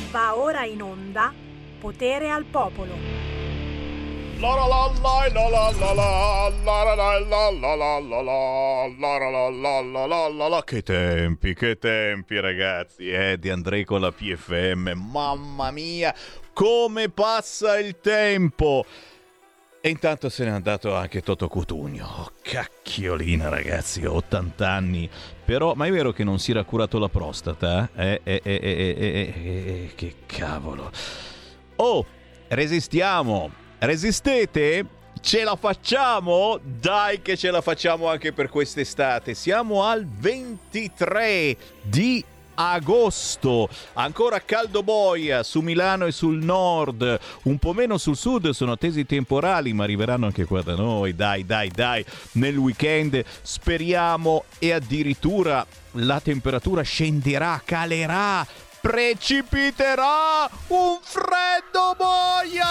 Va ora in onda Potere al Popolo. Che tempi ragazzi, di Andrei con la PFM. Mamma mia, come passa il tempo! E intanto se n'è andato anche Toto Cutugno. Oh, cacchiolina ragazzi, 80 anni. Però, ma è vero che non si era curato la prostata? Che cavolo. Oh, resistiamo. Resistete? Ce la facciamo? Dai che ce la facciamo anche per quest'estate. Siamo al 23 di agosto, ancora caldo boia su Milano e sul nord, un po' meno sul sud, sono attesi temporali ma arriveranno anche qua da noi, dai, nel weekend speriamo, e addirittura la temperatura scenderà, calerà, precipiterà, un freddo boia,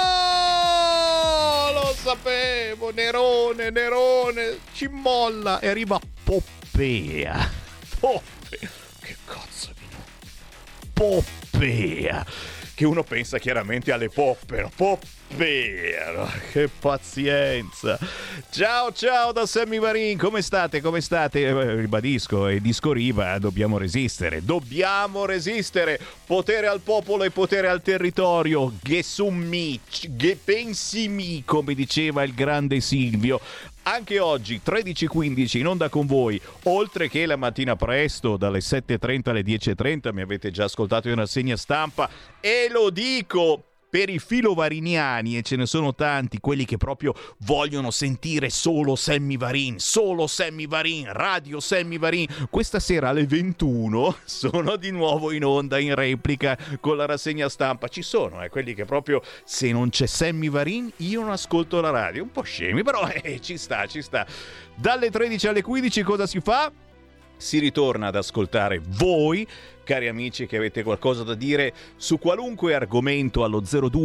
no! Lo sapevo, Nerone, ci molla e arriva Poppea. Che cazzo di nome? Poppea, che uno pensa chiaramente alle poppe, no? Poppea, no? Che pazienza. Ciao da Sammy Varin, come state? Ribadisco, e Disco Riva, dobbiamo resistere, potere al popolo e potere al territorio, Gesummi, pensimi, come diceva il grande Silvio. Anche oggi 13:15 in onda con voi, oltre che la mattina presto dalle 7:30 alle 10:30, mi avete già ascoltato in rassegna stampa, e lo dico per i filovariniani, e ce ne sono tanti, quelli che proprio vogliono sentire solo Sammy Varin, Radio Sammy Varin. Questa sera alle 21 sono di nuovo in onda in replica con la rassegna stampa. Ci sono quelli che proprio, se non c'è Sammy Varin io non ascolto la radio, un po' scemi, però ci sta. Dalle 13 alle 15 cosa si fa? Si ritorna ad ascoltare voi, cari amici, che avete qualcosa da dire su qualunque argomento allo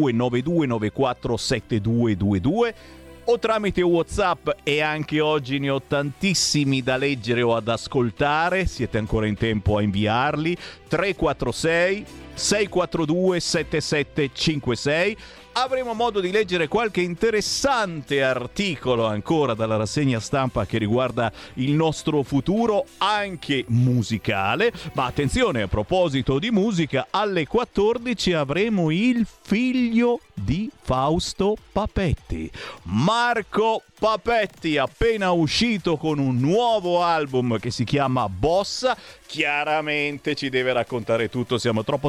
0292947222 o tramite WhatsApp, e anche oggi ne ho tantissimi da leggere o ad ascoltare, siete ancora in tempo a inviarli, 346 642 7756. Avremo modo di leggere qualche interessante articolo ancora dalla rassegna stampa che riguarda il nostro futuro, anche musicale. Ma attenzione, a proposito di musica, alle 14 avremo il figlio di Fausto Papetti, Marco Papetti, appena uscito con un nuovo album che si chiama Bossa. Chiaramente ci deve raccontare tutto, siamo troppo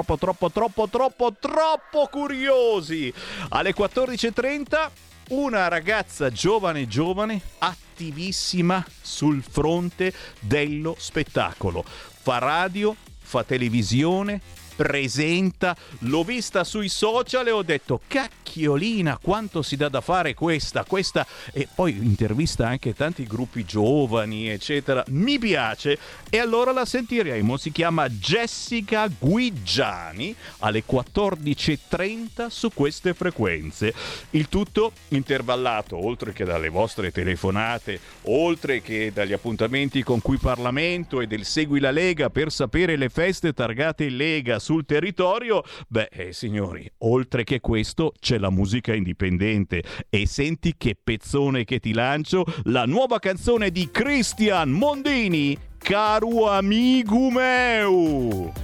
curiosi. Alle 14:30 una ragazza giovane, attivissima sul fronte dello spettacolo. Fa radio, fa televisione, presenta, l'ho vista sui social e ho detto cacchiolina, quanto si dà da fare questa, e poi intervista anche tanti gruppi giovani eccetera, mi piace, e allora la sentiremo. Si chiama Jessica Guigiani, alle 14:30 su queste frequenze. Il tutto intervallato, oltre che dalle vostre telefonate, oltre che dagli appuntamenti con Qui Parlamento e del Segui la Lega per sapere le feste targate in Lega sul territorio. Signori, oltre che questo c'è la musica indipendente, e senti che pezzone che ti lancio, la nuova canzone di Cristian Mondini, Caro amigo meu.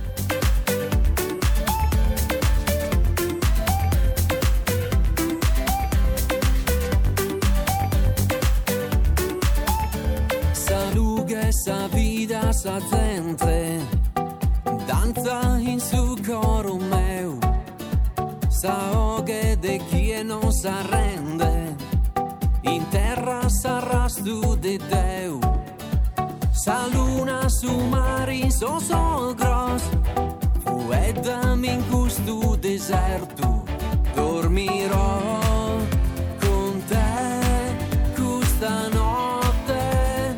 Sa luga, sa vida, sa gente, danza in su coro meu, sa oghe de chi non s'arrende, in terra sarà stu de Deu, sa luna su mari so gros, fueddami in questo deserto, dormirò con te questa notte,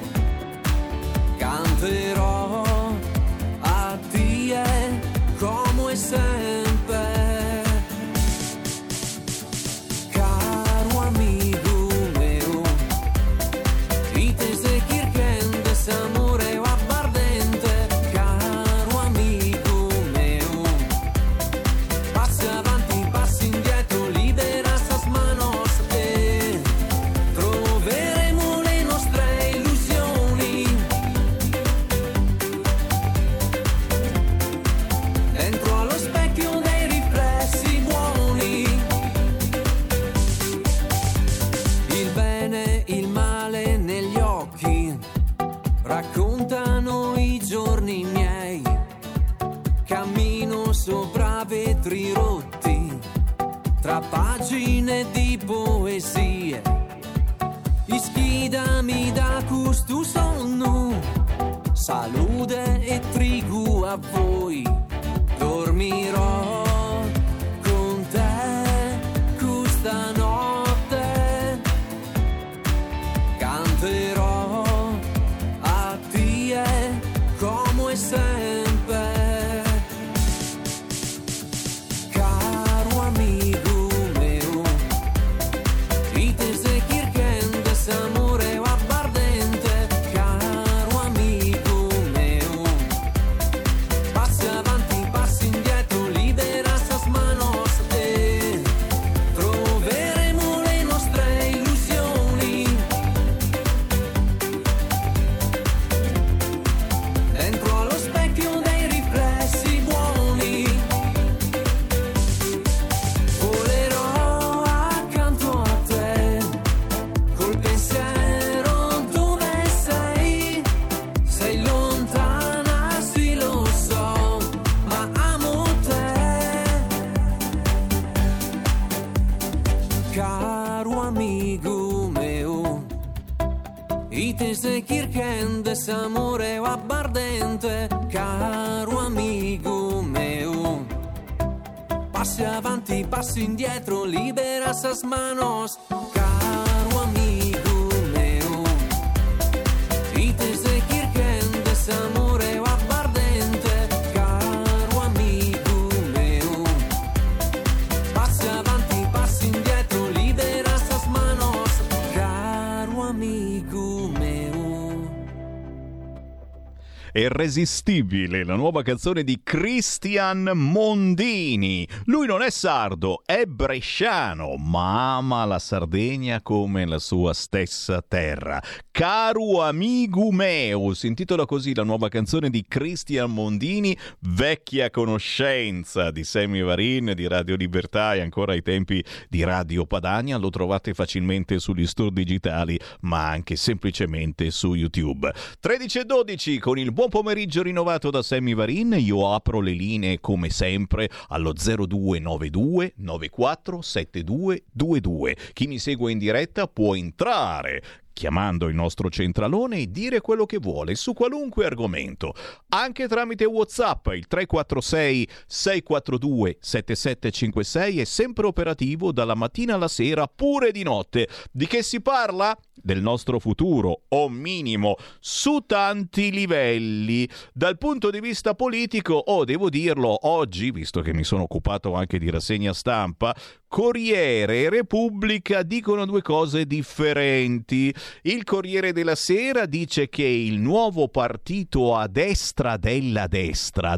canterò a Dio come sempre, caro amigo meu, i te se s'amore o abbardente, caro amigo meu, vetri rotti, tra pagine di poesie. Ischidami da questo sonno, salute e trigu a voi. Dormirò con te questa notte, canterò a Dio come sempre. Caro amico mio, ite se kirken d'amore o abbardente. Caro amico mio, passi avanti, passi indietro, libera sas manos e troveremo le nostre illusioni dentro allo specchio dei riflessi buoni. Volerò accanto a te, col pensiero dove sei. Sei lontana, sì lo so, ma amo te. Caro amico mio, ite se kirken d'amore o abbardente. Caro amico mio, passi avanti, passi indietro, libera sas manos. Caro amico mio, ite se kirken d'amore o abbardente. Caro amico mio, passi avanti, passi indietro, libera sas manos. Caro amico mio. Irresistibile, la nuova canzone di Christian Mondini. Lui non è sardo, è bresciano, ma ama la Sardegna come la sua stessa terra. Caro amigo meu, si intitola così la nuova canzone di Christian Mondini, vecchia conoscenza di Sammy Varin, di Radio Libertà e ancora ai tempi di Radio Padania. Lo trovate facilmente sugli store digitali, ma anche semplicemente su YouTube. 13:12 con il buon pomeriggio rinnovato da Sammy Varin. Io apro le linee come sempre allo 0292 94 7222. Chi mi segue in diretta può entrare chiamando il nostro centralone e dire quello che vuole su qualunque argomento, anche tramite WhatsApp. Il 346 642 7756 è sempre operativo dalla mattina alla sera, pure di notte. Di che si parla? Del nostro futuro, o minimo, su tanti livelli. Dal punto di vista politico, devo dirlo, oggi, visto che mi sono occupato anche di rassegna stampa, Corriere e Repubblica dicono due cose differenti. Il Corriere della Sera dice che il nuovo partito a destra della destra,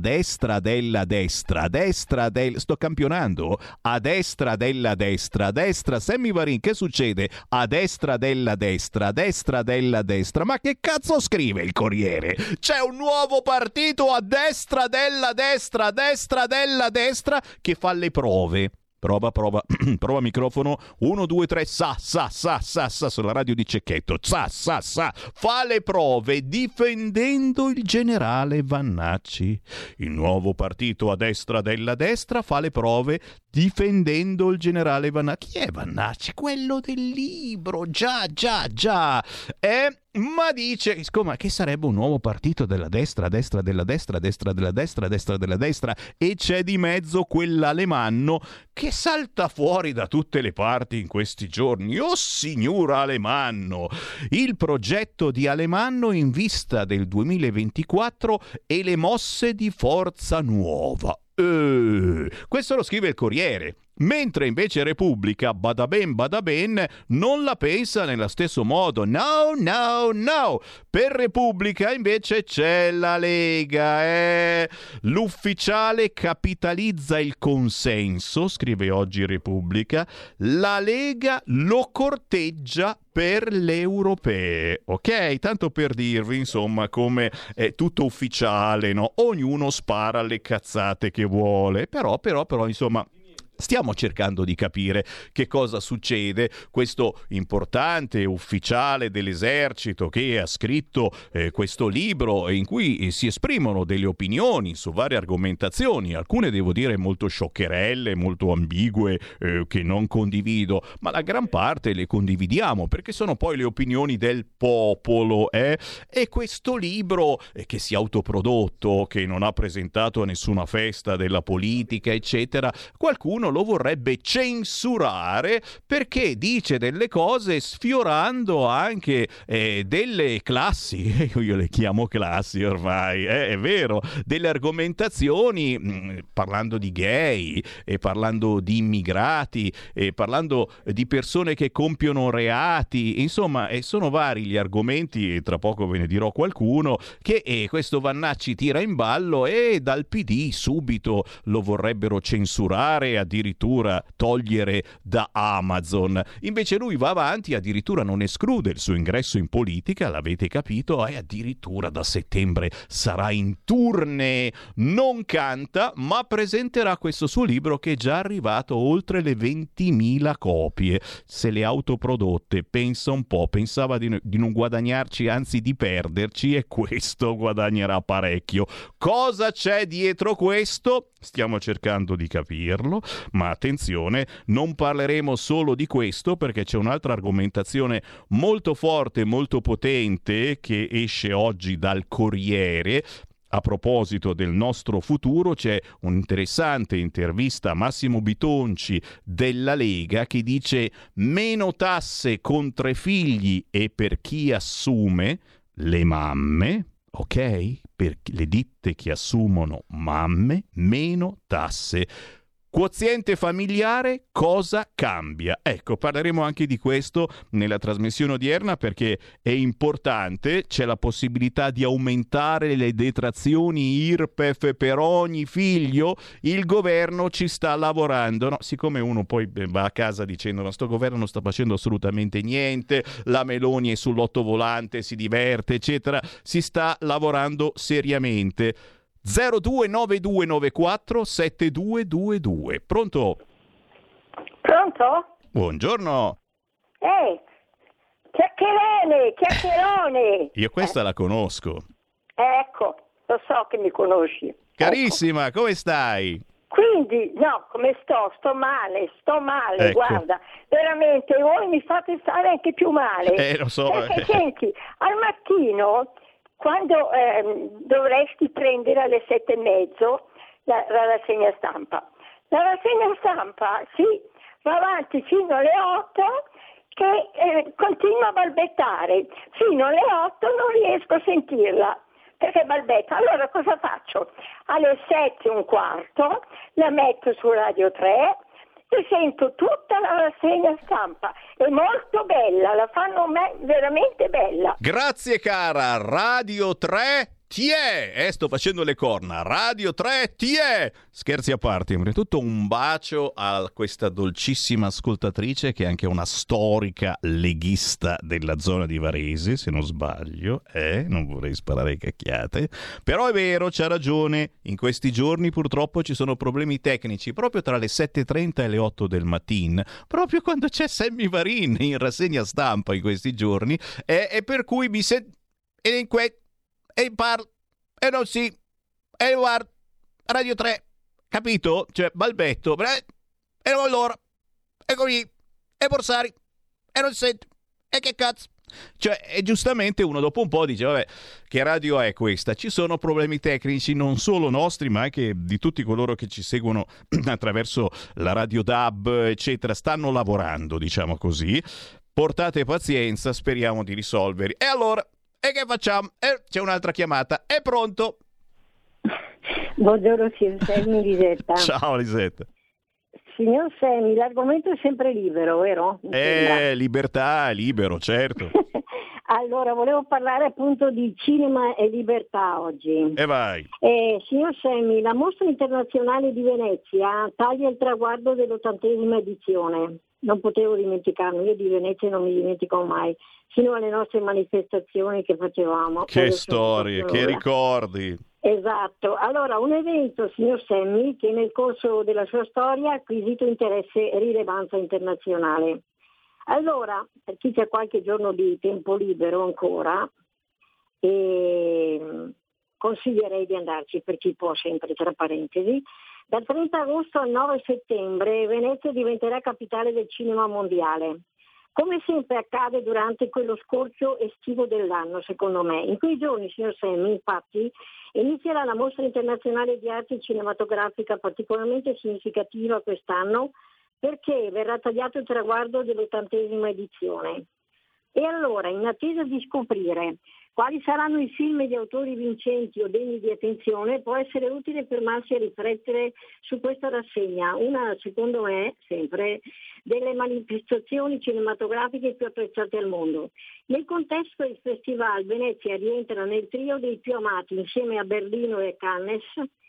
sto campionando, a destra della destra, Sammy Varin, che succede? A destra della destra, ma che cazzo scrive il Corriere? C'è un nuovo partito a destra della destra che fa le prove. Prova microfono, 1, 2, 3, sa, sulla radio di Cecchetto, sa, fa le prove difendendo il generale Vannacci. Il nuovo partito a destra della destra fa le prove difendendo il generale Vannacci. Chi è Vannacci? Quello del libro, già. Ma dice, insomma, che sarebbe un nuovo partito della destra della destra, e c'è di mezzo quell'Alemanno che salta fuori da tutte le parti in questi giorni. Oh signora Alemanno! Il progetto di Alemanno in vista del 2024 e le mosse di Forza Nuova. Questo lo scrive il Corriere. Mentre invece Repubblica, bada ben, non la pensa nello stesso modo. No. Per Repubblica invece c'è la Lega. L'ufficiale capitalizza il consenso, scrive oggi Repubblica. La Lega lo corteggia per le europee, ok? Tanto per dirvi, insomma, come è tutto ufficiale, no? Ognuno spara le cazzate che vuole, però, insomma, Stiamo cercando di capire che cosa succede. Questo importante ufficiale dell'esercito che ha scritto questo libro in cui si esprimono delle opinioni su varie argomentazioni, alcune devo dire molto scioccherelle, molto ambigue, che non condivido, ma la gran parte le condividiamo perché sono poi le opinioni del popolo. E questo libro che si è autoprodotto, che non ha presentato a nessuna festa della politica, eccetera, qualcuno lo vorrebbe censurare perché dice delle cose sfiorando anche delle classi, io le chiamo classi ormai, è vero, delle argomentazioni, parlando di gay e parlando di immigrati e parlando di persone che compiono reati, insomma, sono vari gli argomenti, e tra poco ve ne dirò qualcuno, che questo Vannacci tira in ballo, e dal PD subito lo vorrebbero censurare, addirittura togliere da Amazon. Invece lui va avanti, addirittura non esclude il suo ingresso in politica, l'avete capito, e addirittura da settembre sarà in tournée. Non canta, ma presenterà questo suo libro che è già arrivato oltre le 20.000 copie. Se le ha autoprodotte, pensa un po', pensava di non guadagnarci, anzi di perderci, e questo guadagnerà parecchio. Cosa c'è dietro questo? Stiamo cercando di capirlo, ma attenzione, non parleremo solo di questo perché c'è un'altra argomentazione molto forte, molto potente che esce oggi dal Corriere. A proposito del nostro futuro, c'è un'interessante intervista a Massimo Bitonci della Lega che dice: meno tasse con 3 figli e per chi assume, le mamme, ok? Per le ditte che assumono mamme, meno tasse. Quoziente familiare, cosa cambia? Ecco, parleremo anche di questo nella trasmissione odierna perché è importante. C'è la possibilità di aumentare le detrazioni IRPEF per ogni figlio. Il governo ci sta lavorando. No, siccome uno poi va a casa dicendo: ma sto governo non sta facendo assolutamente niente, la Meloni è sull'ottovolante, si diverte, eccetera, si sta lavorando seriamente. 029294 7222. Pronto? Pronto? Buongiorno. Chiacchierone. Io questa la conosco. Ecco, lo so che mi conosci. Carissima, come stai? Quindi, no, come sto? Sto male, Ecco. Guarda, veramente voi mi fate stare anche più male. Lo so. Perché senti, al mattino, quando dovresti prendere alle 7:30 la rassegna stampa. La rassegna stampa, sì, va avanti fino alle 8 che continua a balbettare. Fino alle 8 non riesco a sentirla perché balbetta. Allora cosa faccio? Alle 7:15 la metto su Radio 3 e sento tutta la rassegna stampa. È molto bella, la fanno veramente bella. Grazie cara, Radio 3 ti è. Sto facendo le corna. Radio 3 ti è. Scherzi a parte, prima di tutto un bacio a questa dolcissima ascoltatrice che è anche una storica leghista della zona di Varese, se non sbaglio, non vorrei sparare cacchiate, però è vero, c'ha ragione, in questi giorni purtroppo ci sono problemi tecnici proprio tra le 7:30 e le 8 del mattino, proprio quando c'è Sammy Varin in rassegna stampa in questi giorni, e per cui mi sento e parlo e non si e guarda Radio 3, capito? Cioè balbetto e allora e così e Borsari e non senti e che cazzo, cioè, e giustamente uno dopo un po' dice: vabbè, che radio è questa? Ci sono problemi tecnici non solo nostri ma anche di tutti coloro che ci seguono attraverso la radio DAB eccetera, stanno lavorando, diciamo così. Portate pazienza, speriamo di risolverli. E allora, e che facciamo? C'è un'altra chiamata. È pronto? Buongiorno, signor Semi, Lisetta. Ciao Lisetta. Signor Semi, l'argomento è sempre libero, vero? Libertà, libero, certo. Allora, volevo parlare appunto di cinema e libertà oggi. E vai. Signor Semi, la Mostra Internazionale di Venezia taglia il traguardo dell'80ª edizione. Non potevo dimenticarmi, io di Venezia non mi dimentico mai, fino alle nostre manifestazioni che facevamo. Che storie, che ricordi. Esatto, allora un evento, signor Semmi, che nel corso della sua storia ha acquisito interesse e rilevanza internazionale. Allora, per chi c'è qualche giorno di tempo libero ancora, consiglierei di andarci, per chi può sempre, tra parentesi. Dal 30 agosto al 9 settembre Venezia diventerà capitale del cinema mondiale. Come sempre accade durante quello scorcio estivo dell'anno, secondo me. In quei giorni, signor Semmi, infatti, inizierà la mostra internazionale di arte cinematografica particolarmente significativa quest'anno, perché verrà tagliato il traguardo dell'80ª edizione. E allora, in attesa di scoprire quali saranno i film di autori vincenti o degni di attenzione, può essere utile fermarsi a riflettere su questa rassegna, una, secondo me, sempre, delle manifestazioni cinematografiche più apprezzate al mondo. Nel contesto del Festival, Venezia rientra nel trio dei più amati, insieme a Berlino e Cannes.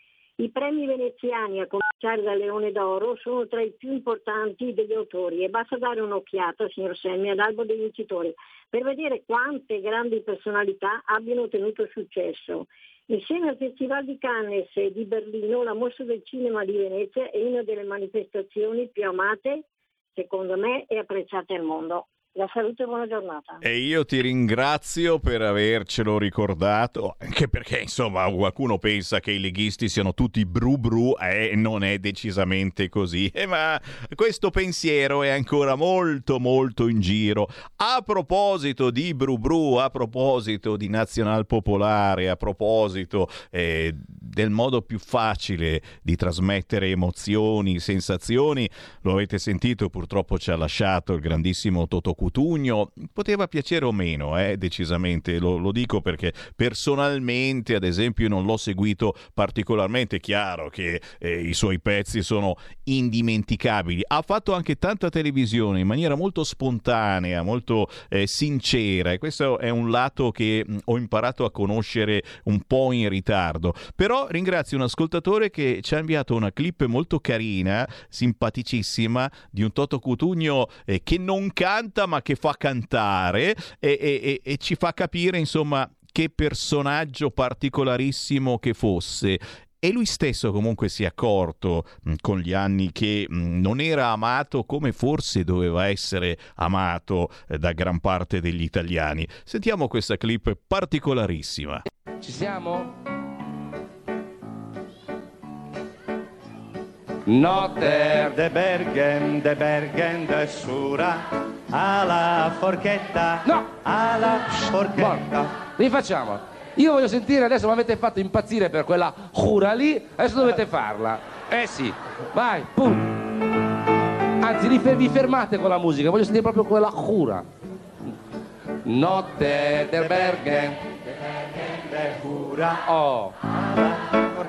I premi veneziani, a cominciare dal Leone d'Oro, sono tra i più importanti degli autori e basta dare un'occhiata, signor Semmi, all'albo dei vincitori per vedere quante grandi personalità abbiano ottenuto successo. Insieme al Festival di Cannes e di Berlino, la Mostra del Cinema di Venezia è una delle manifestazioni più amate, secondo me, e apprezzate al mondo. La salute e buona giornata. E io ti ringrazio per avercelo ricordato, anche perché insomma qualcuno pensa che i leghisti siano tutti bru bru e non è decisamente così, ma questo pensiero è ancora molto molto in giro. A proposito di bru bru, a proposito di nazionalpopolare, a proposito del modo più facile di trasmettere emozioni, sensazioni, lo avete sentito, purtroppo ci ha lasciato il grandissimo Toto Cutugno. Poteva piacere o meno, decisamente, lo dico perché personalmente, ad esempio, non l'ho seguito particolarmente. Chiaro che i suoi pezzi sono indimenticabili. Ha fatto anche tanta televisione in maniera molto spontanea, molto sincera, e questo è un lato che ho imparato a conoscere un po' in ritardo. Però ringrazio un ascoltatore che ci ha inviato una clip molto carina, simpaticissima, di un Toto Cutugno che non canta ma che fa cantare e ci fa capire insomma che personaggio particolarissimo che fosse. E lui stesso comunque si è accorto con gli anni che non era amato come forse doveva essere amato da gran parte degli italiani. Sentiamo questa clip particolarissima. Ci siamo? Notte de Bergen de Sura alla forchetta, no, alla forchetta. Rifacciamo. Io voglio sentire adesso, mi avete fatto impazzire per quella jura lì, adesso dovete farla. Sì, vai, pum. Anzi, vi fermate con la musica, voglio sentire proprio quella jura. Notte del Bergen de Sura alla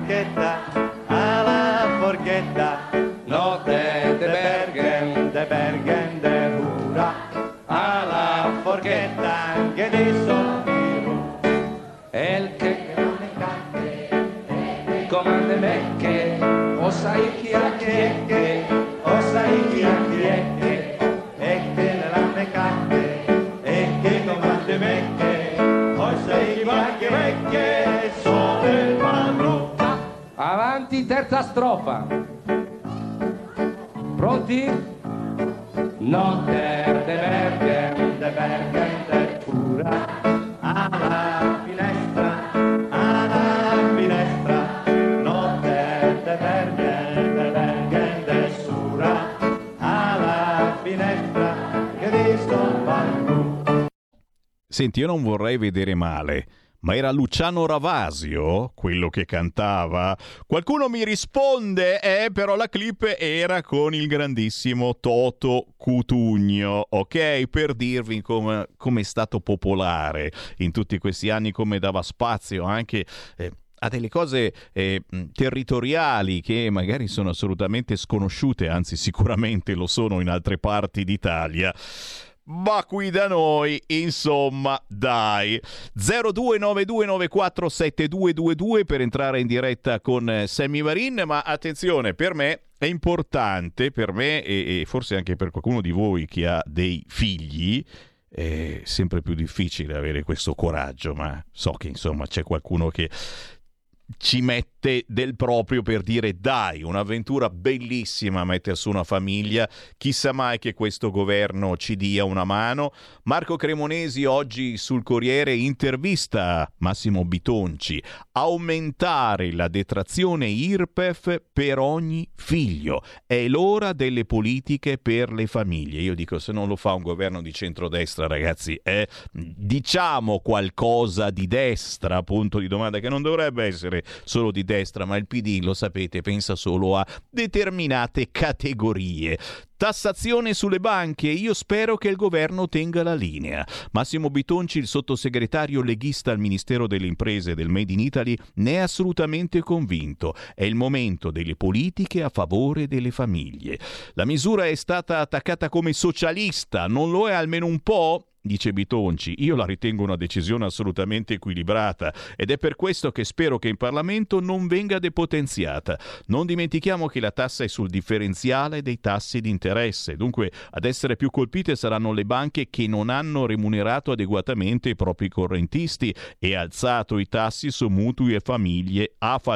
forchetta, notte de Bergen de Sura alla forchetta, che di sono el che comanda me che o sai chi è che o sai chi è che e che nella meccache e che comanda me che o sai chi è che sono il padrone. Avanti, terza strofa. Pronti? Notte de Bergen de Sura alla finestra, notte de Bergen de Sura alla finestra, che di sto. Senti, io non vorrei vedere male, ma era Luciano Ravasio quello che cantava? Qualcuno mi risponde, però la clip era con il grandissimo Toto Cutugno, ok? Per dirvi come è stato popolare in tutti questi anni, come dava spazio anche a delle cose territoriali che magari sono assolutamente sconosciute, anzi sicuramente lo sono in altre parti d'Italia. Ma qui da noi, insomma, dai. 0292947222 per entrare in diretta con Sammy Varin, ma attenzione, per me è importante, per me e forse anche per qualcuno di voi che ha dei figli, è sempre più difficile avere questo coraggio, ma so che insomma c'è qualcuno che ci mette del proprio per dire dai, un'avventura bellissima mettere su una famiglia, chissà mai che questo governo ci dia una mano. Marco Cremonesi oggi sul Corriere intervista Massimo Bitonci: aumentare la detrazione IRPEF per ogni figlio, è l'ora delle politiche per le famiglie. Io dico, se non lo fa un governo di centrodestra, ragazzi, diciamo qualcosa di destra, punto di domanda, che non dovrebbe essere solo di destra, ma il PD, lo sapete, pensa solo a determinate categorie. Tassazione sulle banche, io spero che il governo tenga la linea. Massimo Bitonci, il sottosegretario leghista al Ministero delle Imprese e del Made in Italy, ne è assolutamente convinto. È il momento delle politiche a favore delle famiglie. La misura è stata attaccata come socialista, non lo è almeno un po'? Dice Bitonci, io la ritengo una decisione assolutamente equilibrata ed è per questo che spero che in Parlamento non venga depotenziata. Non dimentichiamo che la tassa è sul differenziale dei tassi di interesse, dunque ad essere più colpite saranno le banche che non hanno remunerato adeguatamente i propri correntisti e alzato i tassi su mutui a famiglie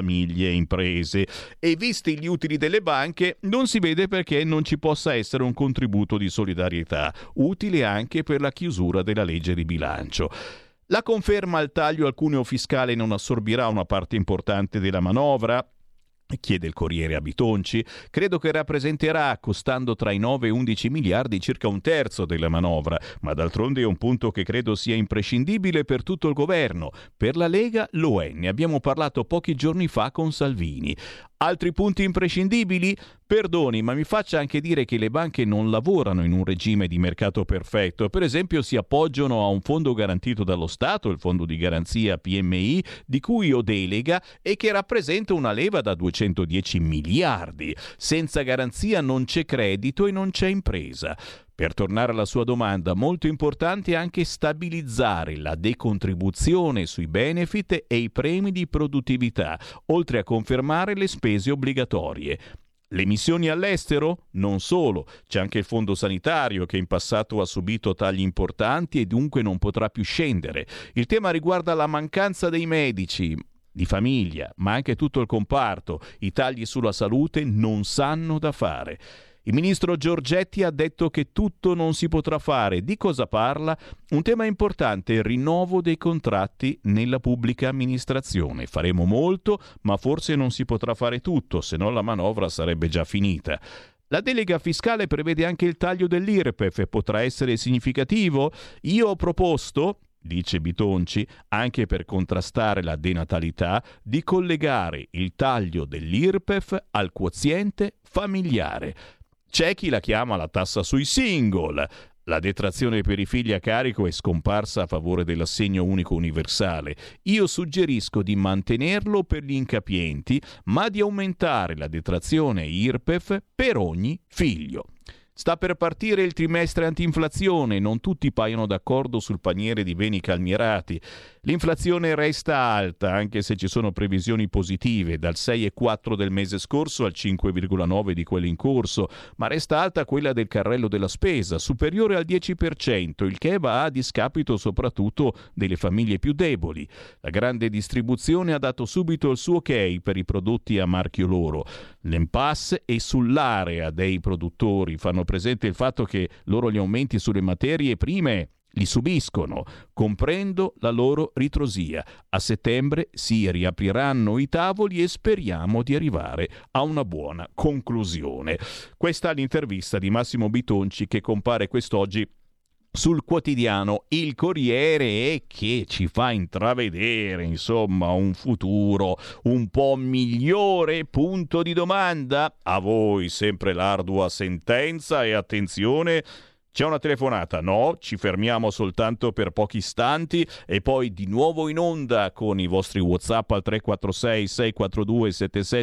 e imprese. E visti gli utili delle banche, non si vede perché non ci possa essere un contributo di solidarietà, utile anche per la chiusura della legge di bilancio. La conferma al taglio al cuneo fiscale non assorbirà una parte importante della manovra? Chiede il Corriere a Bitonci. Credo che rappresenterà, costando tra i 9 e 11 miliardi, circa un terzo della manovra, ma d'altronde è un punto che credo sia imprescindibile per tutto il governo. Per la Lega lo è, ne abbiamo parlato pochi giorni fa con Salvini. Altri punti imprescindibili? Perdoni, ma mi faccia anche dire che le banche non lavorano in un regime di mercato perfetto. Per esempio si appoggiano a un fondo garantito dallo Stato, il fondo di garanzia PMI, di cui ho delega e che rappresenta una leva da 210 miliardi. Senza garanzia non c'è credito e non c'è impresa. Per tornare alla sua domanda, molto importante è anche stabilizzare la decontribuzione sui benefit e i premi di produttività, oltre a confermare le spese obbligatorie. Le missioni all'estero? Non solo, c'è anche il fondo sanitario che in passato ha subito tagli importanti e dunque non potrà più scendere. Il tema riguarda la mancanza dei medici di famiglia, ma anche tutto il comparto. I tagli sulla salute non sanno da fare. Il ministro Giorgetti ha detto che tutto non si potrà fare. Di cosa parla? Un tema importante è il rinnovo dei contratti nella pubblica amministrazione. Faremo molto, ma forse non si potrà fare tutto, se no la manovra sarebbe già finita. La delega fiscale prevede anche il taglio dell'IRPEF e potrà essere significativo? Io ho proposto, dice Bitonci, anche per contrastare la denatalità, di collegare il taglio dell'IRPEF al quoziente familiare. C'è chi la chiama la tassa sui single. La detrazione per i figli a carico è scomparsa a favore dell'assegno unico universale. Io suggerisco di mantenerlo per gli incapienti, ma di aumentare la detrazione IRPEF per ogni figlio. Sta per partire il trimestre antinflazione, non tutti paiono d'accordo sul paniere di beni calmierati. L'inflazione resta alta, anche se ci sono previsioni positive, dal 6,4 del mese scorso al 5,9 di quello in corso, ma resta alta quella del carrello della spesa, superiore al 10%, il che va a discapito soprattutto delle famiglie più deboli. La grande distribuzione ha dato subito il suo ok per i prodotti a marchio loro. L'impasse è sull'area dei produttori, fanno presente il fatto che loro gli aumenti sulle materie prime li subiscono. Comprendo la loro ritrosia. A settembre si riapriranno i tavoli e speriamo di arrivare a una buona conclusione. Questa è l'intervista di Massimo Bitonci che compare quest'oggi sul quotidiano Il Corriere e che ci fa intravedere, insomma, un futuro un po' migliore, punto di domanda. A voi sempre l'ardua sentenza e attenzione, c'è una telefonata? No, ci fermiamo soltanto per pochi istanti e poi di nuovo in onda con i vostri WhatsApp al 346 642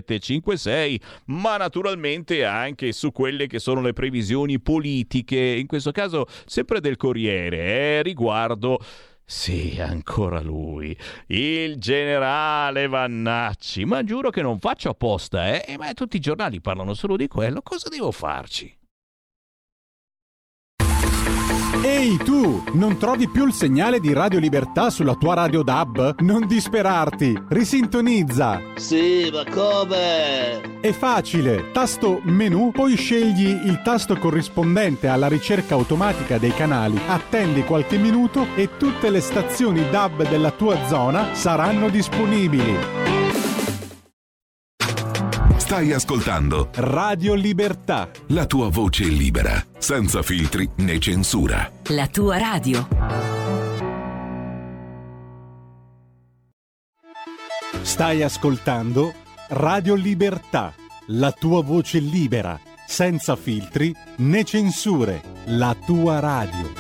7756, ma naturalmente anche su quelle che sono le previsioni politiche, in questo caso sempre del Corriere, riguardo... Sì, ancora lui, il generale Vannacci, ma giuro che non faccio apposta, ma tutti i giornali parlano solo di quello, cosa devo farci? Ehi tu, non trovi più il segnale di Radio Libertà sulla tua radio DAB? Non disperarti, risintonizza. Sì, ma come? È facile, tasto menu, poi scegli il tasto corrispondente alla ricerca automatica dei canali, attendi qualche minuto e tutte le stazioni DAB della tua zona saranno disponibili. Stai ascoltando Radio Libertà, la tua voce libera, senza filtri né censura. La tua radio. Stai ascoltando Radio Libertà, la tua voce libera, senza filtri né censure. La tua radio.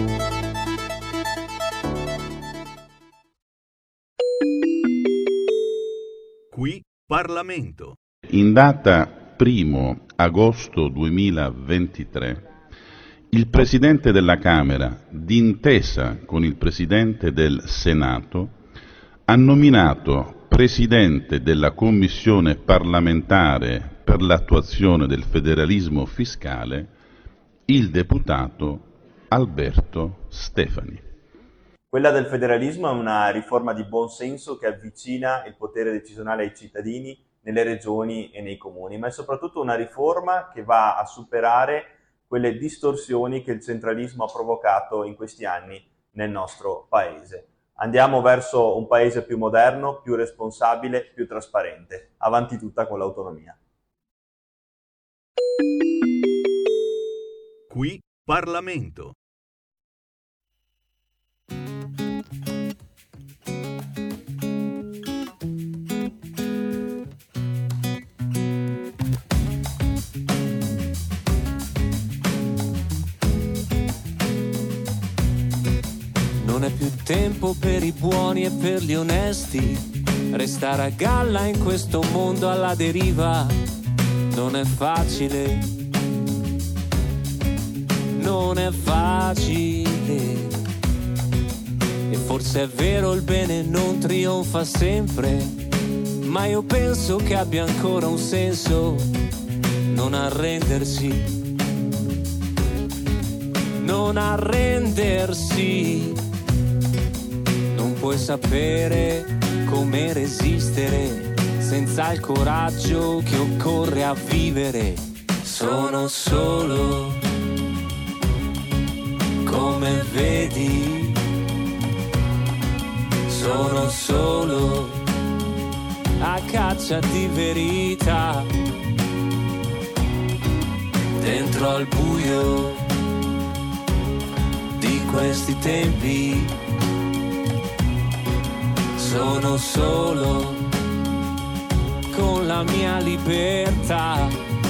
Qui Parlamento. In data 1 agosto 2023, il Presidente della Camera, d'intesa con il Presidente del Senato, ha nominato Presidente della Commissione parlamentare per l'attuazione del federalismo fiscale il deputato Alberto Stefani. Quella del federalismo è una riforma di buon senso che avvicina il potere decisionale ai cittadini nelle regioni e nei comuni, ma è soprattutto una riforma che va a superare quelle distorsioni che il centralismo ha provocato in questi anni nel nostro paese. Andiamo verso un paese più moderno, più responsabile, più trasparente. Avanti tutta con l'autonomia. Qui Parlamento. Non è più tempo per i buoni e per gli onesti. Restare a galla in questo mondo alla deriva non è facile. Non è facile. E forse è vero, il bene non trionfa sempre, ma io penso che abbia ancora un senso non arrendersi. Non arrendersi. Non puoi sapere come resistere senza il coraggio che occorre a vivere. Sono solo, come vedi. Sono solo a caccia di verità. Dentro al buio di questi tempi sono solo con la mia libertà.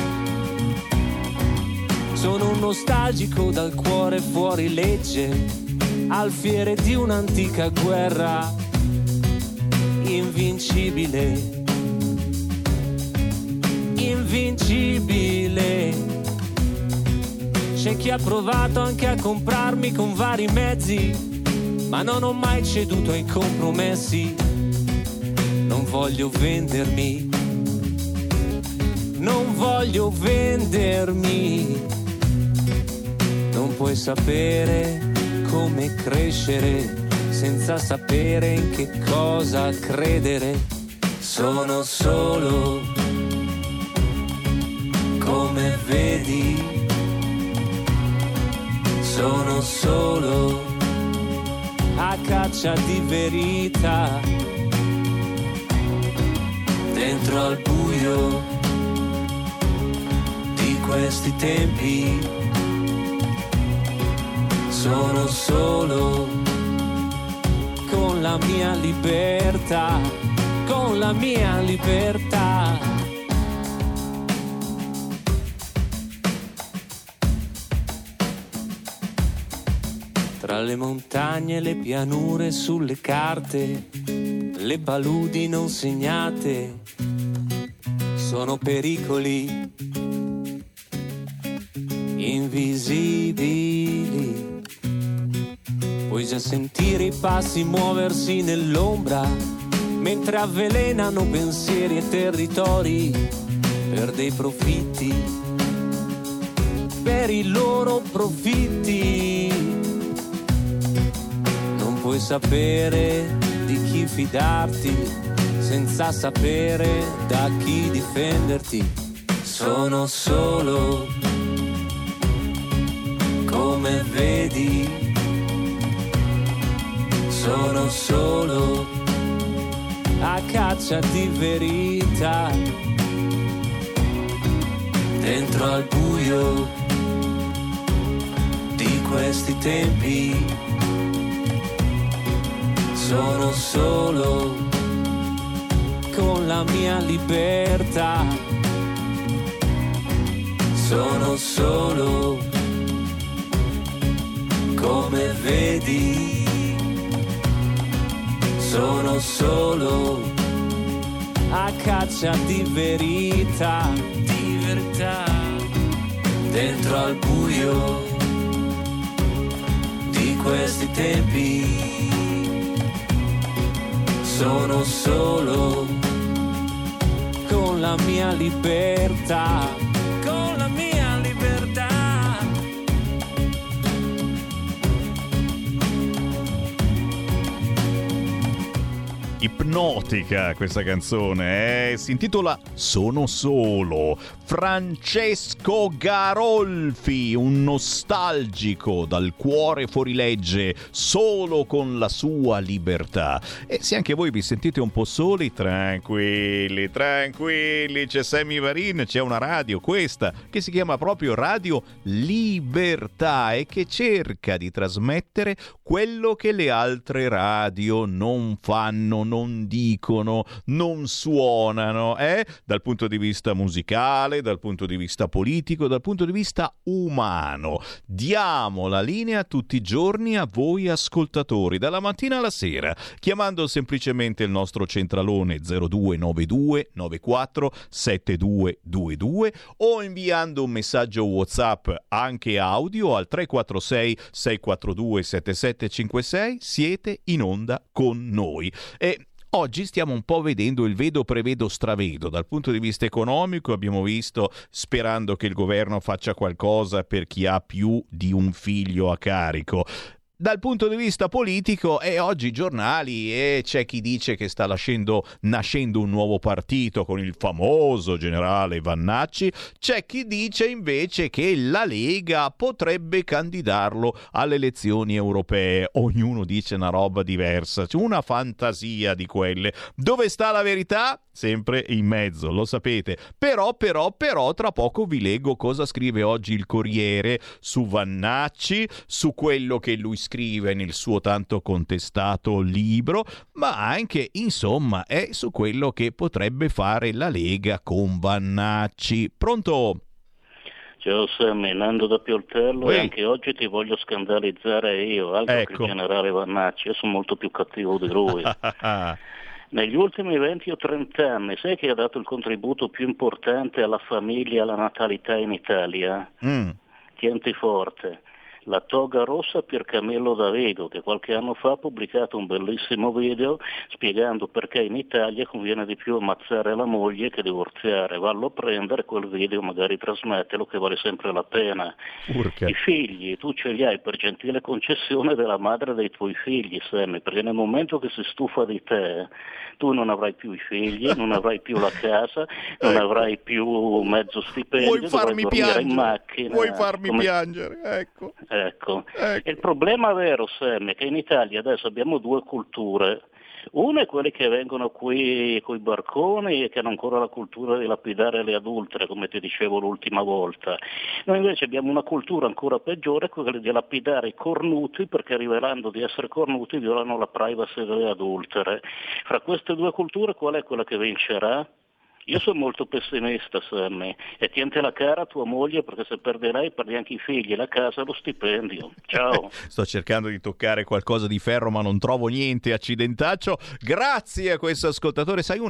Sono un nostalgico dal cuore fuori legge, alfiere di un'antica guerra invincibile. Invincibile. C'è chi ha provato anche a comprarmi con vari mezzi, ma non ho mai ceduto ai compromessi. Non voglio vendermi. Non voglio vendermi. Non puoi sapere come crescere senza sapere in che cosa credere. Sono solo, come vedi. Sono solo a caccia di verità. Dentro al buio di questi tempi sono solo con la mia libertà. Con la mia libertà. Tra le montagne e le pianure sulle carte, le paludi non segnate, sono pericoli invisibili. Puoi già sentire i passi muoversi nell'ombra, mentre avvelenano pensieri e territori per dei profitti, per i loro profitti. puoi sapere di chi fidarti senza sapere da chi difenderti. Sono solo, come vedi, sono solo a caccia di verità, dentro al buio di questi tempi. Sono solo con la mia libertà, sono solo, come vedi, sono solo a caccia di verità, dentro al buio di questi tempi. Sono solo con la mia libertà, con la mia libertà. Ipnotica questa canzone, si intitola Sono solo. Francesco Garolfi, un nostalgico dal cuore fuorilegge, solo con la sua libertà. E se anche voi vi sentite un po' soli, tranquilli, c'è Sammy Varin, c'è una radio, questa, che si chiama proprio Radio Libertà e che cerca di trasmettere quello che le altre radio non fanno, non dicono, non suonano, dal punto di vista musicale, dal punto di vista politico, dal punto di vista umano. Diamo la linea tutti i giorni a voi ascoltatori, dalla mattina alla sera, chiamando semplicemente il nostro centralone 0292 94 7222 o inviando un messaggio WhatsApp anche audio al 346 642 7756. Siete in onda con noi. E oggi stiamo un po' vedendo il vedo, prevedo, stravedo. Dal punto di vista economico abbiamo visto, sperando che il governo faccia qualcosa per chi ha più di un figlio a carico. Dal punto di vista politico, oggi i giornali c'è chi dice che sta nascendo un nuovo partito con il famoso generale Vannacci, c'è chi dice invece che la Lega potrebbe candidarlo alle elezioni europee. Ognuno dice una roba diversa, c'è una fantasia di quelle. Dove sta la verità? Sempre in mezzo, lo sapete. Però, tra poco vi leggo cosa scrive oggi il Corriere su Vannacci, su quello che lui scrive nel suo tanto contestato libro, ma anche, insomma, è su quello che potrebbe fare la Lega con Vannacci. Pronto? Ciao Sammy, Nando da Pioltello. E anche oggi ti voglio scandalizzare io, altro che il generale Vannacci, io sono molto più cattivo di lui. Negli ultimi 20 o 30 anni, sai chi ha dato il contributo più importante alla famiglia e alla natalità in Italia? Tienti forte. La toga rossa per Camillo Davido, che qualche anno fa ha pubblicato un bellissimo video spiegando perché in Italia conviene di più ammazzare la moglie che divorziare. Vallo a prendere quel video, magari trasmettelo, che vale sempre la pena. Urca. I figli tu ce li hai per gentile concessione della madre dei tuoi figli, Sammy, perché nel momento che si stufa di te tu non avrai più i figli, non avrai più la casa, non avrai più mezzo stipendio, vuoi farmi dovrai dormire in macchina. Vuoi farmi piangere, Ecco. Il problema vero, Sam, è che in Italia adesso abbiamo due culture. Una è quelli che vengono qui coi barconi e che hanno ancora la cultura di lapidare le adultere, come ti dicevo l'ultima volta. Noi invece abbiamo una cultura ancora peggiore, quella di lapidare i cornuti, perché rivelando di essere cornuti violano la privacy delle adultere. Fra queste due culture qual è quella che vincerà? Io sono molto pessimista, Sammy, e tienti la cara a tua moglie, perché se perdi lei perdi anche i figli, la casa e lo stipendio. Ciao. Sto cercando di toccare qualcosa di ferro ma non trovo niente, accidentaccio. Grazie a questo ascoltatore. Sai, uno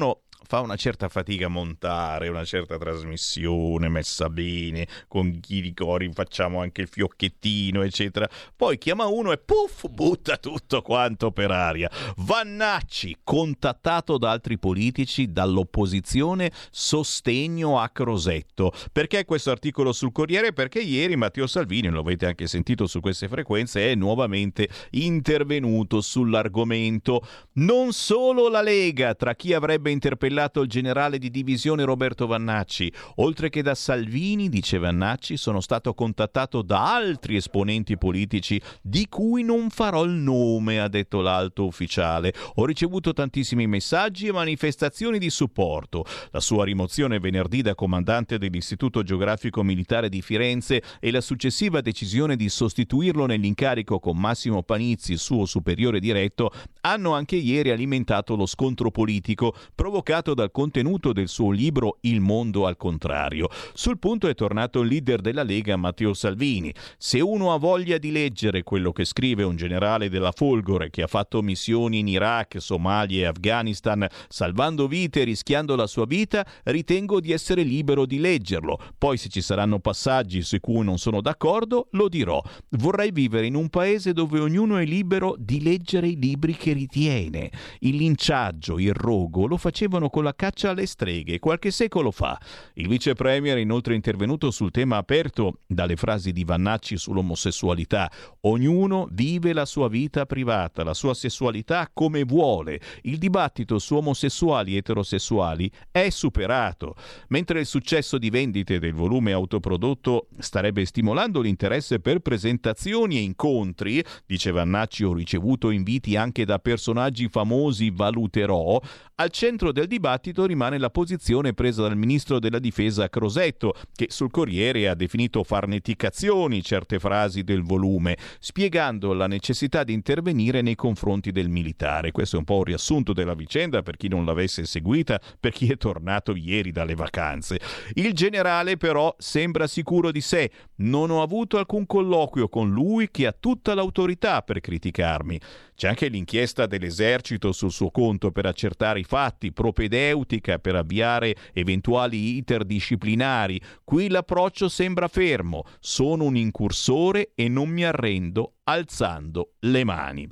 fa una certa fatica a montare una certa trasmissione messa bene, con chi di cori facciamo anche il fiocchettino eccetera, poi chiama uno e puff, butta tutto quanto per aria. Vannacci, contattato da altri politici, dall'opposizione, sostegno a Crosetto. Perché questo articolo sul Corriere? Perché ieri Matteo Salvini, lo avete anche sentito su queste frequenze, è nuovamente intervenuto sull'argomento. Non solo la Lega, tra chi avrebbe interpellato il generale di divisione Roberto Vannacci, oltre che da Salvini, dice Vannacci, sono stato contattato da altri esponenti politici di cui non farò il nome, ha detto l'alto ufficiale. Ho ricevuto tantissimi messaggi e manifestazioni di supporto. La sua rimozione venerdì da comandante dell'Istituto Geografico Militare di Firenze e la successiva decisione di sostituirlo nell'incarico con Massimo Panizzi, suo superiore diretto, hanno anche ieri alimentato lo scontro politico provocato dal contenuto del suo libro Il mondo al contrario. Sul punto è tornato il leader della Lega Matteo Salvini. Se uno ha voglia di leggere quello che scrive un generale della Folgore che ha fatto missioni in Iraq, Somalia e Afghanistan, salvando vite e rischiando la sua vita, ritengo di essere libero di leggerlo. Poi se ci saranno passaggi su cui non sono d'accordo, lo dirò. Vorrei vivere in un paese dove ognuno è libero di leggere i libri che ritiene. Il linciaggio, il rogo lo facevano con la caccia alle streghe qualche secolo fa. Il vice premier è inoltre intervenuto sul tema aperto dalle frasi di Vannacci sull'omosessualità. Ognuno vive la sua vita privata, la sua sessualità come vuole. Il dibattito su omosessuali e eterosessuali è superato. Mentre il successo di vendite del volume autoprodotto starebbe stimolando l'interesse per presentazioni e incontri, dice Vannacci, ho ricevuto inviti anche da personaggi famosi, valuterò, al centro del dibattito rimane la posizione presa dal ministro della difesa Crosetto, che sul Corriere ha definito farneticazioni certe frasi del volume, spiegando la necessità di intervenire nei confronti del militare. Questo è un po' un riassunto della vicenda per chi non l'avesse seguita, per chi è tornato ieri dalle vacanze. Il generale però sembra sicuro di sé. Non ho avuto alcun colloquio con lui, che ha tutta l'autorità per criticarmi. C'è anche l'inchiesta dell'esercito sul suo conto per accertare i fatti, propedeutica per avviare eventuali iter disciplinari. Qui l'approccio sembra fermo. Sono un incursore e non mi arrendo alzando le mani.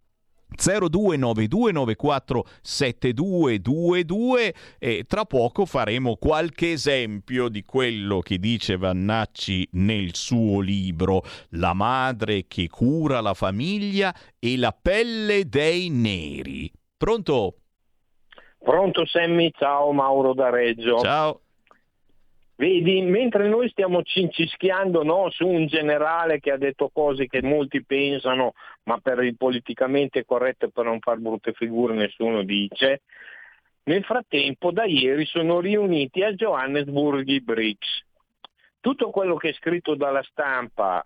0292947222 e tra poco faremo qualche esempio di quello che dice Vannacci nel suo libro La madre che cura la famiglia e la pelle dei neri. Pronto? Pronto Sammy, ciao, Mauro da Reggio. Ciao. Vedi, mentre noi stiamo cincischiando, no, su un generale che ha detto cose che molti pensano, ma per il politicamente corretto, per non far brutte figure, nessuno dice, nel frattempo da ieri sono riuniti a Johannesburg i BRICS. Tutto quello che è scritto dalla stampa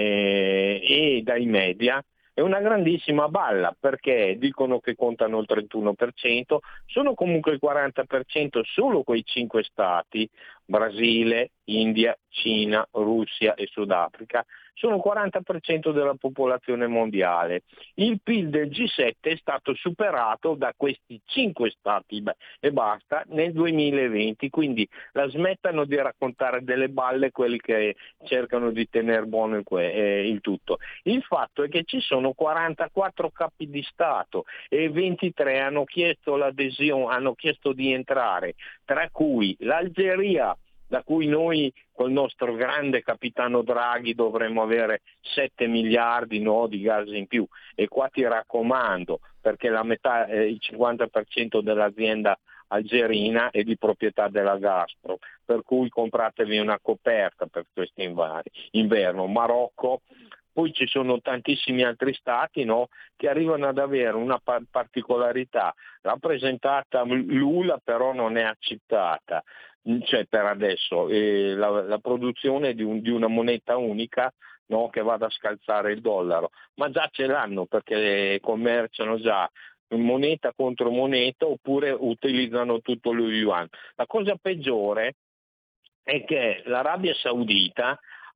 e dai media è una grandissima balla, perché dicono che contano il 31%, sono comunque il 40% solo quei 5 stati, Brasile, India, Cina, Russia e Sudafrica, sono il 40% della popolazione mondiale. Il PIL del G7 è stato superato da questi 5 stati e basta nel 2020, quindi la smettano di raccontare delle balle quelli che cercano di tenere buono il tutto. Il fatto è che ci sono 44 capi di Stato e 23 hanno chiesto l'adesione, hanno chiesto di entrare, tra cui l'Algeria, da cui noi col nostro grande capitano Draghi dovremmo avere 7 miliardi di gas in più, e qua ti raccomando, perché la metà, il 50% dell'azienda algerina è di proprietà della Gazprom, per cui compratevi una coperta per questo inverno. Marocco, poi ci sono tantissimi altri stati, no, che arrivano ad avere una particolarità rappresentata, l'ULA però non è accettata, cioè per adesso la produzione di una moneta unica, no, che vada a scalzare il dollaro, ma già ce l'hanno perché commerciano già moneta contro moneta oppure utilizzano tutto lo yuan. La cosa peggiore è che l'Arabia Saudita ha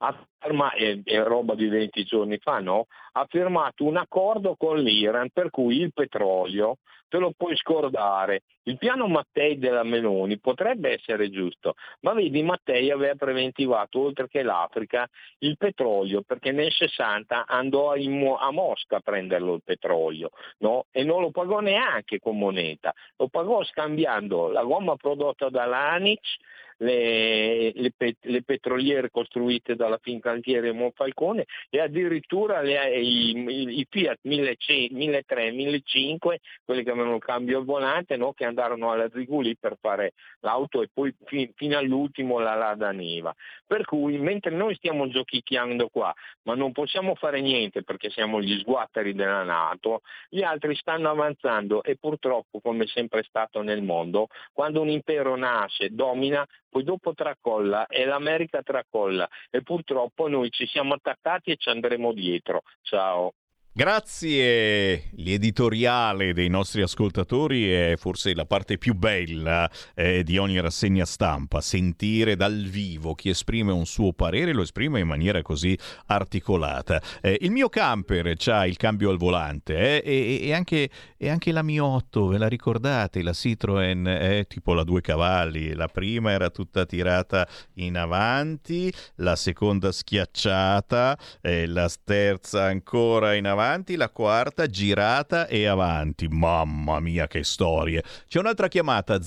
è roba di 20 giorni fa, no? Ha firmato un accordo con l'Iran per cui il petrolio te lo puoi scordare. Il piano Mattei della Meloni potrebbe essere giusto, ma vedi, Mattei aveva preventivato oltre che l'Africa il petrolio, perché nel 60 andò a Mosca a prenderlo il petrolio, no? E non lo pagò neanche con moneta, lo pagò scambiando la gomma prodotta dall'Anic, le petroliere costruite dalla Fincantieri e Monfalcone, e addirittura i Fiat 1300, 1500, quelli che avevano il cambio al volante, no? Che andarono alla Ziguli per fare l'auto, e poi fino all'ultimo la Lada Niva. Per cui mentre noi stiamo giochicchiando qua, ma non possiamo fare niente perché siamo gli sguatteri della NATO, gli altri stanno avanzando, e purtroppo, come è sempre stato nel mondo, quando un impero nasce, domina, poi dopo tracolla, e l'America tracolla, e purtroppo noi ci siamo attaccati e ci andremo dietro. Ciao. Grazie, l'editoriale dei nostri ascoltatori è forse la parte più bella di ogni rassegna stampa, sentire dal vivo chi esprime un suo parere, lo esprime in maniera così articolata. Il mio camper c'ha il cambio al volante e anche la Mio 8, ve la ricordate? La Citroen è tipo la 2 cavalli, la prima era tutta tirata in avanti, la seconda schiacciata, la terza ancora in avanti, la quarta girata e avanti. Mamma mia, che storie. C'è un'altra chiamata,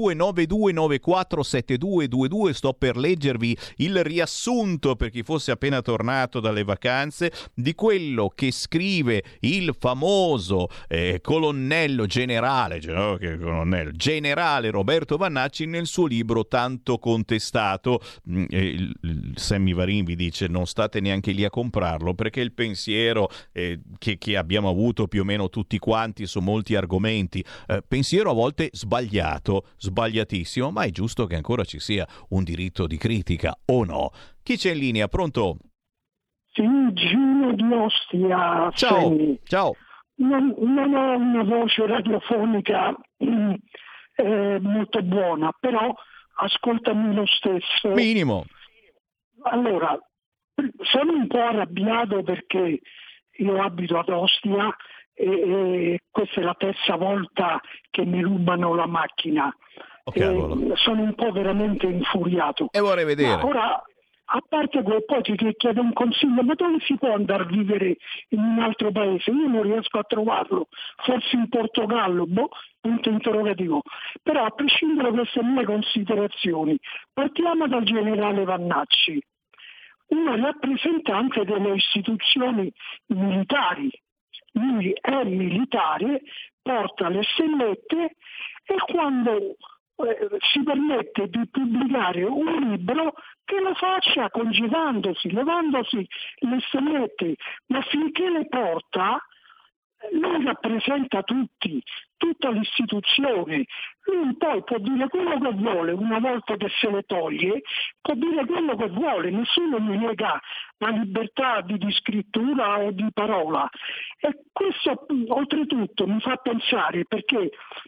0292947222. Sto per leggervi il riassunto, per chi fosse appena tornato dalle vacanze, di quello che scrive il famoso colonnello generale Roberto Vannacci nel suo libro tanto contestato. Sammy Varin vi dice: non state neanche lì a comprarlo, perché il pensiero che abbiamo avuto più o meno tutti quanti su molti argomenti, pensiero a volte sbagliatissimo, ma è giusto che ancora ci sia un diritto di critica, o no? Chi c'è in linea? Pronto? Sì, Gino di Ostia. Ciao, Sammy. ciao. Non ho una voce radiofonica molto buona, però ascoltami lo stesso. Minimo. Allora, sono un po' arrabbiato perché io abito ad Ostia e questa è la terza volta che mi rubano la macchina. Sono un po' veramente infuriato. E vorrei vedere. Ma ora, a parte quel, poi ti chiedo un consiglio: ma dove si può andare a vivere in un altro paese? Io non riesco a trovarlo, forse in Portogallo, punto interrogativo. Però, a prescindere da queste mie considerazioni, partiamo dal generale Vannacci, un rappresentante delle istituzioni militari. Lui è militare, porta le stellette, e quando si permette di pubblicare un libro, che lo faccia congedandosi, levandosi le stellette, ma finché le porta lui rappresenta tutti, tutta l'istituzione. Lui poi può dire quello che vuole, una volta che se le toglie, può dire quello che vuole, nessuno gli nega la libertà di scrittura o di parola. E questo oltretutto mi fa pensare, perché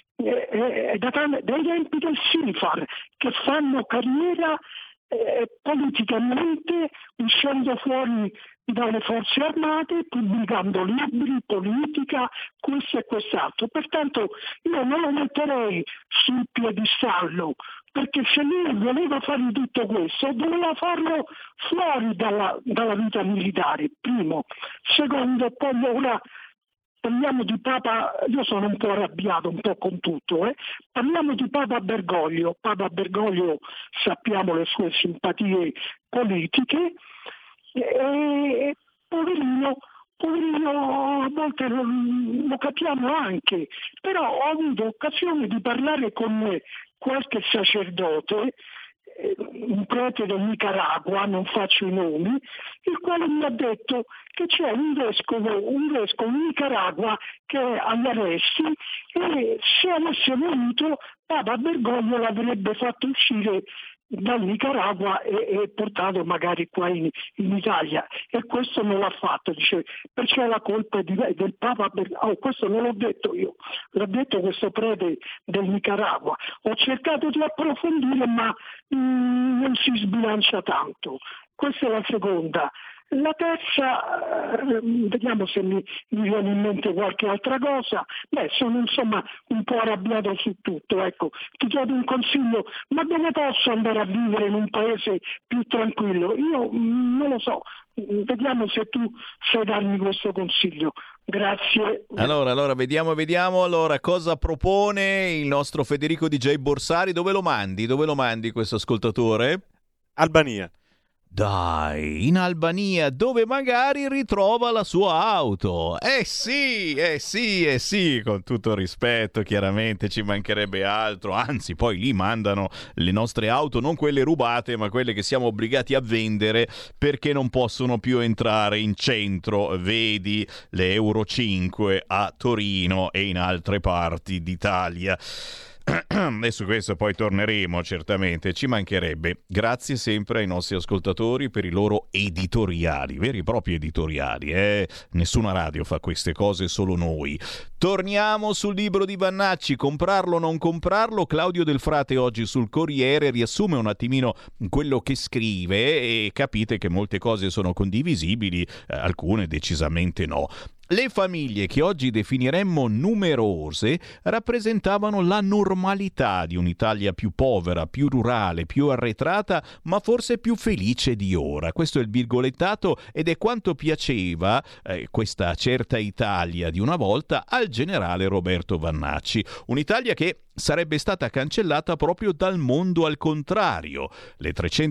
è dai tempi del SIFAR che fanno carriera politicamente, uscendo fuori dalle forze armate, pubblicando libri, politica, questo e quest'altro. Pertanto io non lo metterei sul piedistallo, perché se lui voleva fare tutto questo doveva farlo fuori dalla vita militare, primo. Secondo, poi ora parliamo di Papa, io sono un po' arrabbiato un po' con tutto, parliamo di Papa Bergoglio. Papa Bergoglio sappiamo le sue simpatie politiche, e poverino a volte lo capiamo anche, però ho avuto occasione di parlare con qualche sacerdote, un prete del Nicaragua, non faccio i nomi, il quale mi ha detto che c'è un vescovo in Nicaragua che è agli arresti, e se avesse voluto Papa Bergoglio l'avrebbe fatto uscire dal Nicaragua e portato magari qua in Italia, e questo non l'ha fatto. Dice, perché la colpa del Papa questo non l'ho detto io, l'ha detto questo prete del Nicaragua. Ho cercato di approfondire, ma non si sbilancia tanto. Questa è la seconda. La terza, vediamo se mi viene in mente qualche altra cosa. Sono insomma un po' arrabbiato su tutto. Ecco, ti chiedo un consiglio, ma dove posso andare a vivere in un paese più tranquillo? Io non lo so, vediamo se tu sai darmi questo consiglio. Grazie. Allora, vediamo. Allora, cosa propone il nostro Federico DJ Borsari? Dove lo mandi questo ascoltatore? Albania. Dai, in Albania, dove magari ritrova la sua auto. Sì, con tutto il rispetto, chiaramente ci mancherebbe altro. Anzi, poi lì mandano le nostre auto, non quelle rubate, ma quelle che siamo obbligati a vendere perché non possono più entrare in centro. Vedi le Euro 5 a Torino e in altre parti d'Italia. Adesso questo poi torneremo, certamente, ci mancherebbe. Grazie sempre ai nostri ascoltatori per i loro editoriali, veri e propri editoriali, nessuna radio fa queste cose, solo noi. Torniamo sul libro di Vannacci, comprarlo o non comprarlo. Claudio Del Frate oggi sul Corriere riassume un attimino quello che scrive e capite che molte cose sono condivisibili, alcune decisamente no. Le famiglie che oggi definiremmo numerose rappresentavano la normalità di un'Italia più povera, più rurale, più arretrata, ma forse più felice di ora. Questo è il virgolettato ed è quanto piaceva questa certa Italia di una volta al generale Roberto Vannacci. Un'Italia che sarebbe stata cancellata proprio dal mondo al contrario. Le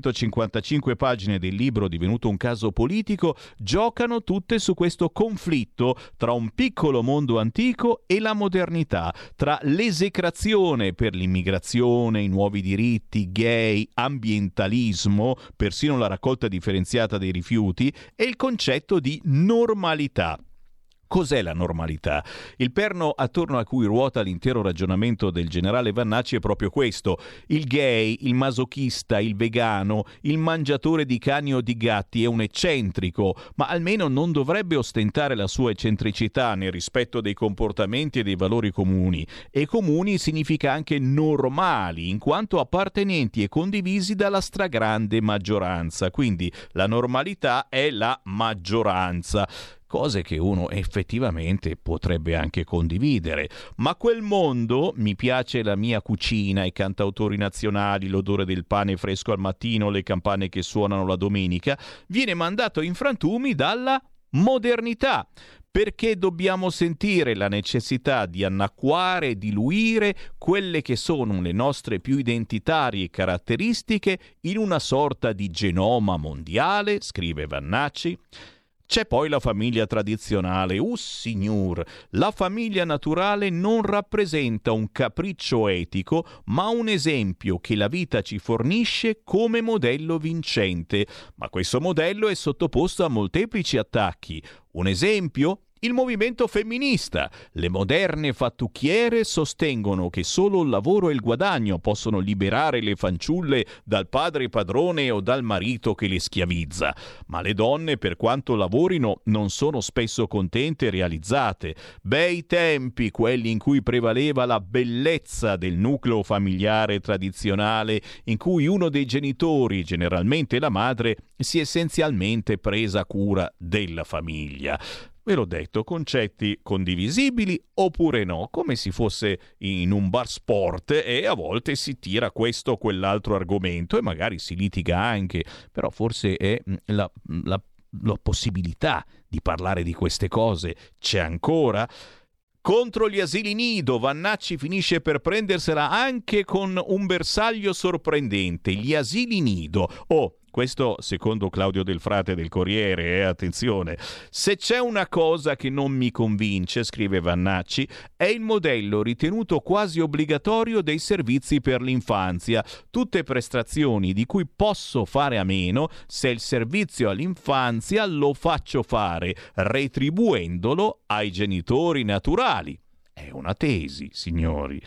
355 pagine del libro, divenuto un caso politico, giocano tutte su questo conflitto tra un piccolo mondo antico e la modernità, tra l'esecrazione per l'immigrazione, i nuovi diritti, gay, ambientalismo, persino la raccolta differenziata dei rifiuti e il concetto di normalità. Cos'è la normalità? Il perno attorno a cui ruota l'intero ragionamento del generale Vannacci è proprio questo: il gay, il masochista, il vegano, il mangiatore di cani o di gatti è un eccentrico, ma almeno non dovrebbe ostentare la sua eccentricità nel rispetto dei comportamenti e dei valori comuni. E comuni significa anche normali, in quanto appartenenti e condivisi dalla stragrande maggioranza. Quindi la normalità è la maggioranza. Cose che uno effettivamente potrebbe anche condividere. Ma quel mondo, mi piace la mia cucina, i cantautori nazionali, l'odore del pane fresco al mattino, le campane che suonano la domenica, viene mandato in frantumi dalla modernità. Perché dobbiamo sentire la necessità di annacquare e diluire quelle che sono le nostre più identitarie caratteristiche in una sorta di genoma mondiale, scrive Vannacci. C'è poi la famiglia tradizionale. Signor, la famiglia naturale non rappresenta un capriccio etico, ma un esempio che la vita ci fornisce come modello vincente. Ma questo modello è sottoposto a molteplici attacchi. Un esempio? Il movimento femminista. Le moderne fattucchiere sostengono che solo il lavoro e il guadagno possono liberare le fanciulle dal padre padrone o dal marito che le schiavizza. Ma le donne, per quanto lavorino, non sono spesso contente e realizzate. Bei tempi quelli in cui prevaleva la bellezza del nucleo familiare tradizionale, in cui uno dei genitori, generalmente la madre, si è essenzialmente presa cura della famiglia. Ve l'ho detto, concetti condivisibili oppure no, come se fosse in un bar sport e a volte si tira questo o quell'altro argomento e magari si litiga anche, però forse è la possibilità di parlare di queste cose c'è ancora. Contro gli asili nido, Vannacci finisce per prendersela anche con un bersaglio sorprendente, gli asili nido. Questo secondo Claudio Del Frate del Corriere, attenzione. Se c'è una cosa che non mi convince, scrive Vannacci, è il modello ritenuto quasi obbligatorio dei servizi per l'infanzia. Tutte prestazioni di cui posso fare a meno se il servizio all'infanzia lo faccio fare, retribuendolo ai genitori naturali. È una tesi, signori.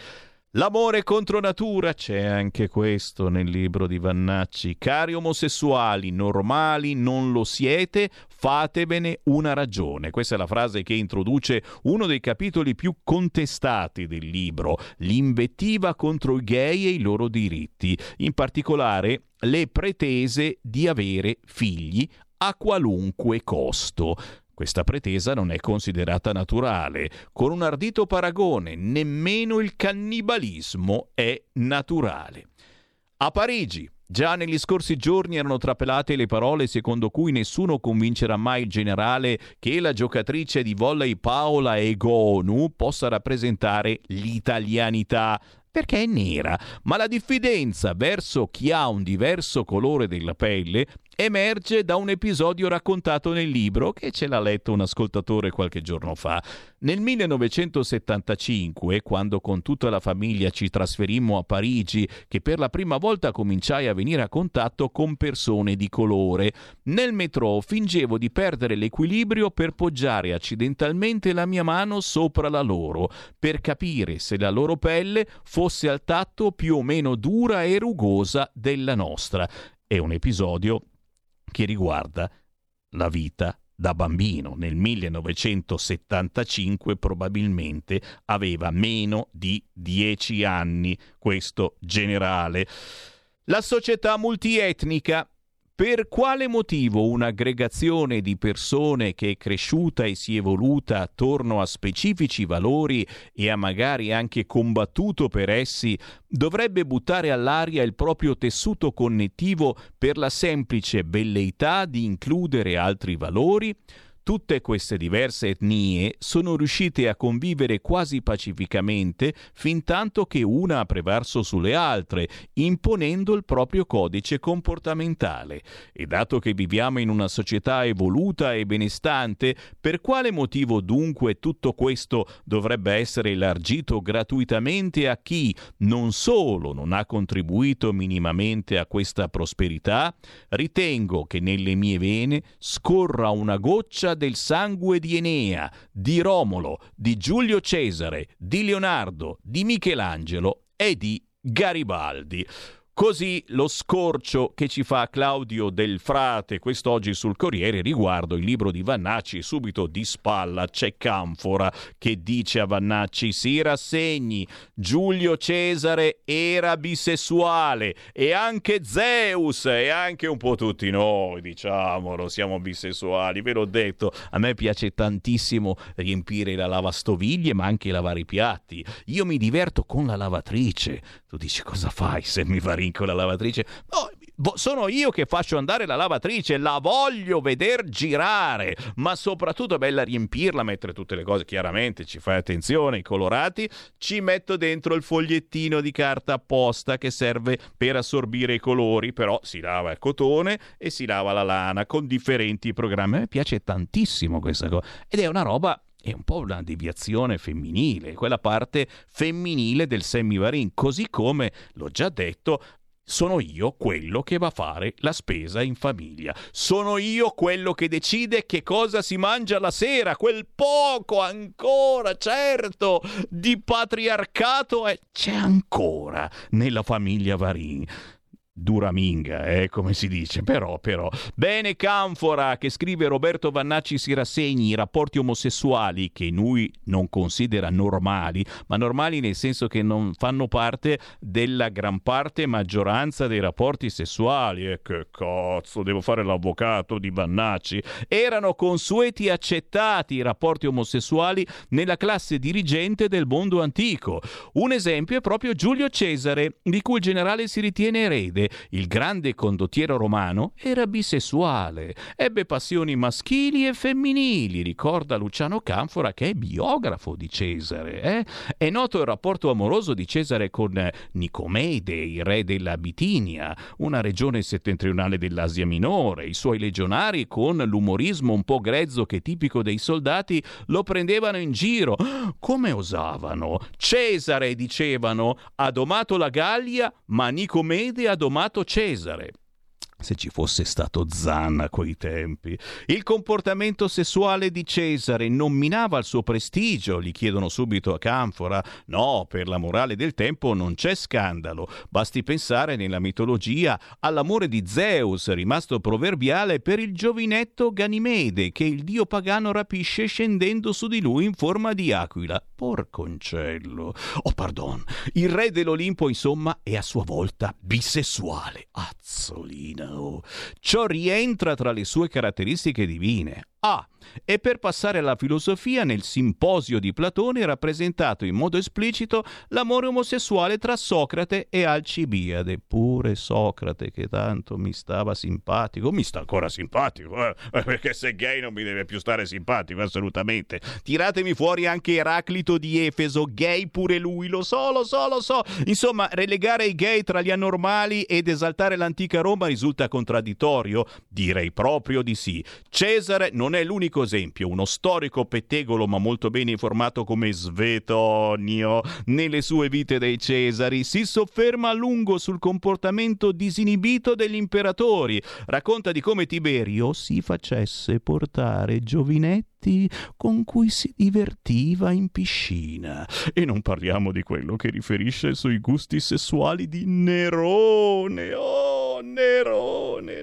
L'amore contro natura, c'è anche questo nel libro di Vannacci. Cari omosessuali, normali non lo siete, fatevene una ragione. Questa è la frase che introduce uno dei capitoli più contestati del libro, l'invettiva contro i gay e i loro diritti, in particolare le pretese di avere figli a qualunque costo. Questa pretesa non è considerata naturale. Con un ardito paragone, nemmeno il cannibalismo è naturale. A Parigi, già negli scorsi giorni erano trapelate le parole secondo cui nessuno convincerà mai il generale che la giocatrice di volley Paola Egonu possa rappresentare l'italianità, perché è nera, ma la diffidenza verso chi ha un diverso colore della pelle emerge da un episodio raccontato nel libro che ce l'ha letto un ascoltatore qualche giorno fa. Nel 1975, quando con tutta la famiglia ci trasferimmo a Parigi, che per la prima volta cominciai a venire a contatto con persone di colore, nel metro fingevo di perdere l'equilibrio per poggiare accidentalmente la mia mano sopra la loro, per capire se la loro pelle fosse al tatto più o meno dura e rugosa della nostra. È un episodio che riguarda la vita da bambino. Nel 1975 probabilmente aveva meno di 10 anni questo generale. La società multietnica. Per quale motivo un'aggregazione di persone che è cresciuta e si è evoluta attorno a specifici valori e ha magari anche combattuto per essi dovrebbe buttare all'aria il proprio tessuto connettivo per la semplice velleità di includere altri valori? Tutte queste diverse etnie sono riuscite a convivere quasi pacificamente fintanto che una ha prevalso sulle altre, imponendo il proprio codice comportamentale. E dato che viviamo in una società evoluta e benestante, per quale motivo dunque tutto questo dovrebbe essere elargito gratuitamente a chi non solo non ha contribuito minimamente a questa prosperità? Ritengo che nelle mie vene scorra una goccia del sangue di Enea, di Romolo, di Giulio Cesare, di Leonardo, di Michelangelo e di Garibaldi. Così lo scorcio che ci fa Claudio Del Frate quest'oggi sul Corriere riguardo il libro di Vannacci. Subito di spalla c'è Canfora che dice a Vannacci: si rassegni, Giulio Cesare era bisessuale e anche Zeus e anche un po' tutti noi, diciamolo, siamo bisessuali, ve l'ho detto. A me piace tantissimo riempire la lavastoviglie ma anche lavare i piatti. Io mi diverto con la lavatrice. Tu dici: cosa fai se mi va con la lavatrice? No, sono io che faccio andare la lavatrice, la voglio veder girare, ma soprattutto è bella riempirla, mettere tutte le cose, chiaramente ci fai attenzione, i colorati, ci metto dentro il fogliettino di carta apposta che serve per assorbire i colori, però si lava il cotone e si lava la lana con differenti programmi. A me piace tantissimo questa cosa ed è una roba. È un po' una deviazione femminile, quella parte femminile del Sammy Varin, così come, l'ho già detto, sono io quello che va a fare la spesa in famiglia. Sono io quello che decide che cosa si mangia la sera, quel poco ancora, certo, di patriarcato c'è ancora nella famiglia Varin. Duraminga, come si dice, però. Bene Canfora, che scrive: Roberto Vannacci si rassegni, i rapporti omosessuali, che lui non considera normali, ma normali nel senso che non fanno parte della gran parte maggioranza dei rapporti sessuali. Che cazzo, devo fare l'avvocato di Vannacci? Erano consueti e accettati i rapporti omosessuali nella classe dirigente del mondo antico. Un esempio è proprio Giulio Cesare, di cui il generale si ritiene erede. Il grande condottiero romano era bisessuale, ebbe passioni maschili e femminili, ricorda Luciano Canfora, che è biografo di Cesare. È noto il rapporto amoroso di Cesare con Nicomede, il re della Bitinia, una regione settentrionale dell'Asia Minore. I suoi legionari, con l'umorismo un po' grezzo che è tipico dei soldati, lo prendevano in giro. Come osavano? Cesare, dicevano, ha domato la Gallia, ma Nicomede ha domato Cesare. Se ci fosse stato Zan a quei tempi. Il comportamento sessuale di Cesare non minava il suo prestigio, gli chiedono subito a Canfora. No, per la morale del tempo non c'è scandalo. Basti pensare nella mitologia all'amore di Zeus, rimasto proverbiale per il giovinetto Ganimede, che il dio pagano rapisce scendendo su di lui in forma di aquila. Porconcello. Oh, pardon. Il re dell'Olimpo, insomma, è a sua volta bisessuale. Azzolina. Ciò rientra tra le sue caratteristiche divine. E per passare alla filosofia, nel Simposio di Platone è rappresentato in modo esplicito l'amore omosessuale tra Socrate e Alcibiade. Pure Socrate, che tanto mi stava simpatico, mi sta ancora simpatico, perché se gay non mi deve più stare simpatico, assolutamente. Tiratemi fuori anche Eraclito di Efeso, gay pure lui, lo so. Insomma, relegare i gay tra gli anormali ed esaltare l'antica Roma risulta contraddittorio? Direi proprio di sì. Cesare non è l'unico esempio. Uno storico pettegolo ma molto bene informato come Svetonio, nelle sue vite dei Cesari, si sofferma a lungo sul comportamento disinibito degli imperatori. Racconta di come Tiberio si facesse portare giovinetti con cui si divertiva in piscina. E non parliamo di quello che riferisce sui gusti sessuali di Nerone. Oh, Nerone.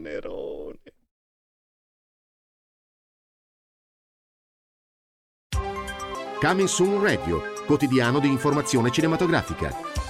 Coming Soon Radio, quotidiano di informazione cinematografica.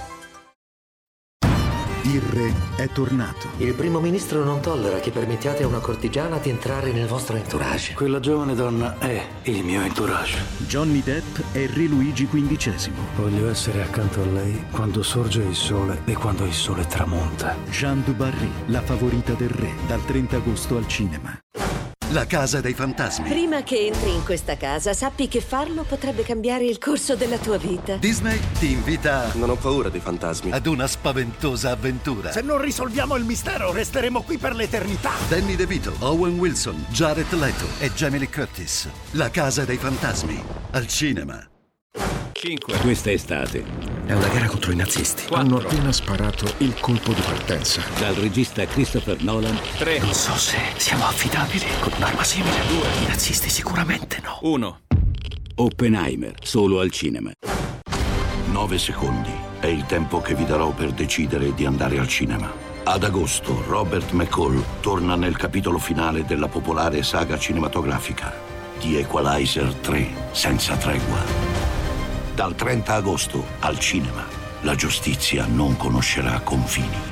Il re è tornato. Il primo ministro non tollera che permettiate a una cortigiana di entrare nel vostro entourage. Quella giovane donna è il mio entourage. Johnny Depp è re Luigi XV. Voglio essere accanto a lei quando sorge il sole e quando il sole tramonta. Jeanne du Barry, la favorita del re, dal 30 agosto al cinema. La casa dei fantasmi. Prima che entri in questa casa, sappi che farlo potrebbe cambiare il corso della tua vita. Disney ti invita... Non ho paura dei fantasmi. ...ad una spaventosa avventura. Se non risolviamo il mistero, resteremo qui per l'eternità. Danny DeVito, Owen Wilson, Jared Leto e Jamie Lee Curtis. La casa dei fantasmi. Al cinema. 5. Questa estate è una gara contro i nazisti. 4. Hanno appena sparato il colpo di partenza. Dal regista Christopher Nolan. 3. Non so se siamo affidabili con un'arma simile. 2. I nazisti sicuramente no. 1. Oppenheimer, solo al cinema. 9 secondi è il tempo che vi darò per decidere di andare al cinema. Ad agosto Robert McCall torna nel capitolo finale della popolare saga cinematografica The Equalizer 3 senza tregua. Dal 30 agosto al cinema. La giustizia non conoscerà confini.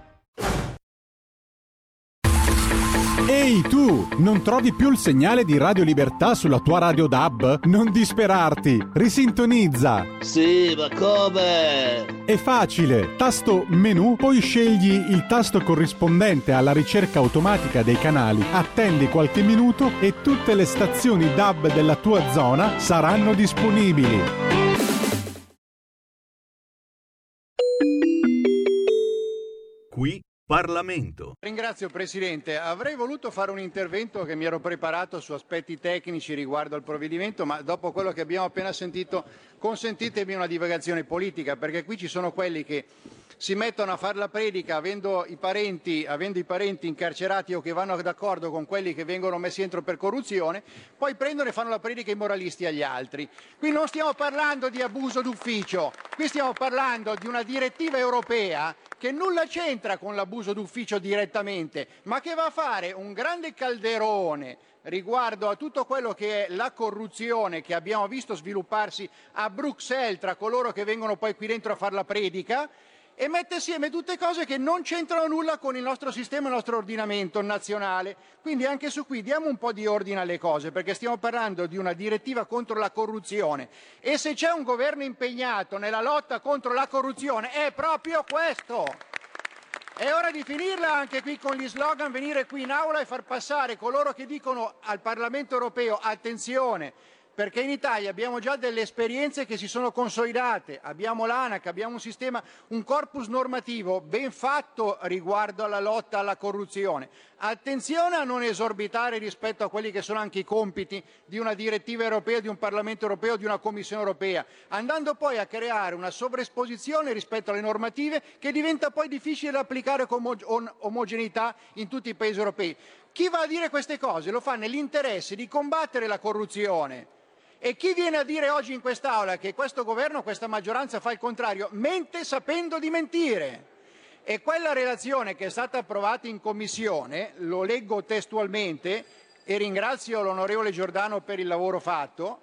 Ehi tu, non trovi più il segnale di Radio Libertà sulla tua radio DAB? Non disperarti, risintonizza. Sì, ma come? È facile, tasto menu, poi scegli il tasto corrispondente alla ricerca automatica dei canali, attendi qualche minuto e tutte le stazioni DAB della tua zona saranno disponibili. Qui Parlamento. Ringrazio Presidente, avrei voluto fare un intervento che mi ero preparato su aspetti tecnici riguardo al provvedimento, ma dopo quello che abbiamo appena sentito consentitemi una divagazione politica, perché qui ci sono quelli che si mettono a fare la predica avendo i parenti incarcerati o che vanno d'accordo con quelli che vengono messi dentro per corruzione, poi prendono e fanno la predica i moralisti agli altri. Qui non stiamo parlando di abuso d'ufficio, qui stiamo parlando di una direttiva europea che nulla c'entra con l'abuso d'ufficio direttamente, ma che va a fare un grande calderone riguardo a tutto quello che è la corruzione che abbiamo visto svilupparsi a Bruxelles tra coloro che vengono poi qui dentro a fare la predica, e mette assieme tutte cose che non c'entrano nulla con il nostro sistema, il nostro ordinamento nazionale. Quindi anche su qui diamo un po' di ordine alle cose, perché stiamo parlando di una direttiva contro la corruzione e se c'è un governo impegnato nella lotta contro la corruzione è proprio questo. È ora di finirla anche qui con gli slogan, venire qui in aula e far passare coloro che dicono al Parlamento europeo attenzione, perché in Italia abbiamo già delle esperienze che si sono consolidate, abbiamo l'ANAC, abbiamo un sistema, un corpus normativo ben fatto riguardo alla lotta alla corruzione. Attenzione a non esorbitare rispetto a quelli che sono anche i compiti di una direttiva europea, di un Parlamento europeo, di una Commissione europea, andando poi a creare una sovraesposizione rispetto alle normative che diventa poi difficile da applicare con omogeneità in tutti i paesi europei. Chi va a dire queste cose lo fa nell'interesse di combattere la corruzione. E chi viene a dire oggi in quest'Aula che questo governo, questa maggioranza fa il contrario, mente sapendo di mentire. E quella relazione che è stata approvata in Commissione, lo leggo testualmente e ringrazio l'onorevole Giordano per il lavoro fatto,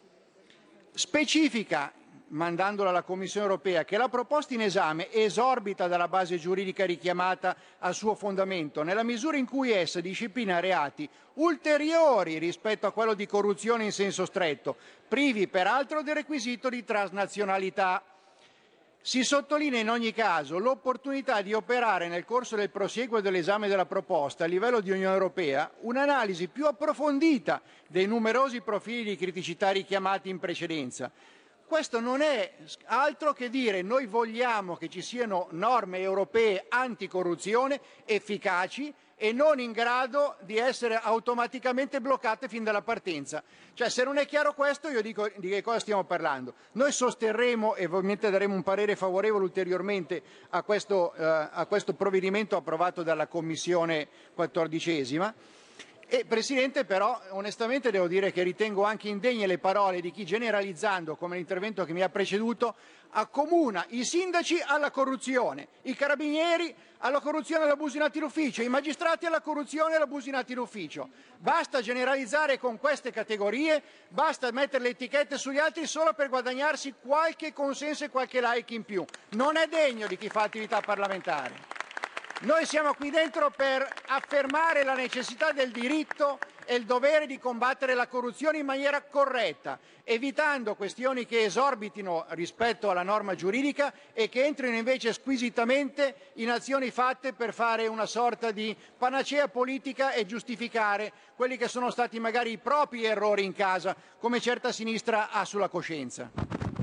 specifica, mandandola alla Commissione europea, che la proposta in esame esorbita dalla base giuridica richiamata al suo fondamento, nella misura in cui essa disciplina reati ulteriori rispetto a quello di corruzione in senso stretto, privi peraltro del requisito di transnazionalità. Si sottolinea in ogni caso l'opportunità di operare nel corso del prosieguo dell'esame della proposta a livello di Unione Europea un'analisi più approfondita dei numerosi profili di criticità richiamati in precedenza. Questo non è altro che dire noi vogliamo che ci siano norme europee anticorruzione efficaci e non in grado di essere automaticamente bloccate fin dalla partenza. Cioè, se non è chiaro questo, io dico di che cosa stiamo parlando. Noi sosterremo e ovviamente daremo un parere favorevole ulteriormente a questo provvedimento approvato dalla Commissione 14ª. E Presidente, però onestamente devo dire che ritengo anche indegne le parole di chi, generalizzando come l'intervento che mi ha preceduto, accomuna i sindaci alla corruzione, i carabinieri alla corruzione e all'abuso in atti d'ufficio, i magistrati alla corruzione e all'abuso in atti d'ufficio. Basta generalizzare con queste categorie, basta mettere le etichette sugli altri solo per guadagnarsi qualche consenso e qualche like in più. Non è degno di chi fa attività parlamentare. Noi siamo qui dentro per affermare la necessità del diritto e il dovere di combattere la corruzione in maniera corretta, evitando questioni che esorbitino rispetto alla norma giuridica e che entrino invece squisitamente in azioni fatte per fare una sorta di panacea politica e giustificare quelli che sono stati magari i propri errori in casa, come certa sinistra ha sulla coscienza.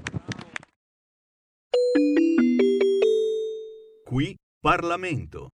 Qui Parlamento.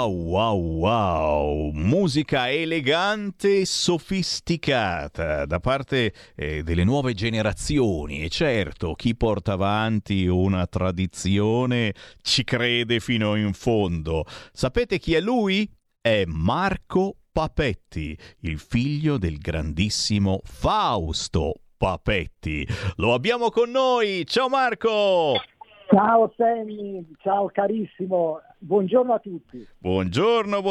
Wow, musica elegante e sofisticata da parte delle nuove generazioni, e certo chi porta avanti una tradizione ci crede fino in fondo. Sapete chi è lui? È Marco Papetti, il figlio del grandissimo Fausto Papetti. Lo abbiamo con noi. Ciao Marco! Ciao Sammy, ciao carissimo, buongiorno a tutti. Buongiorno,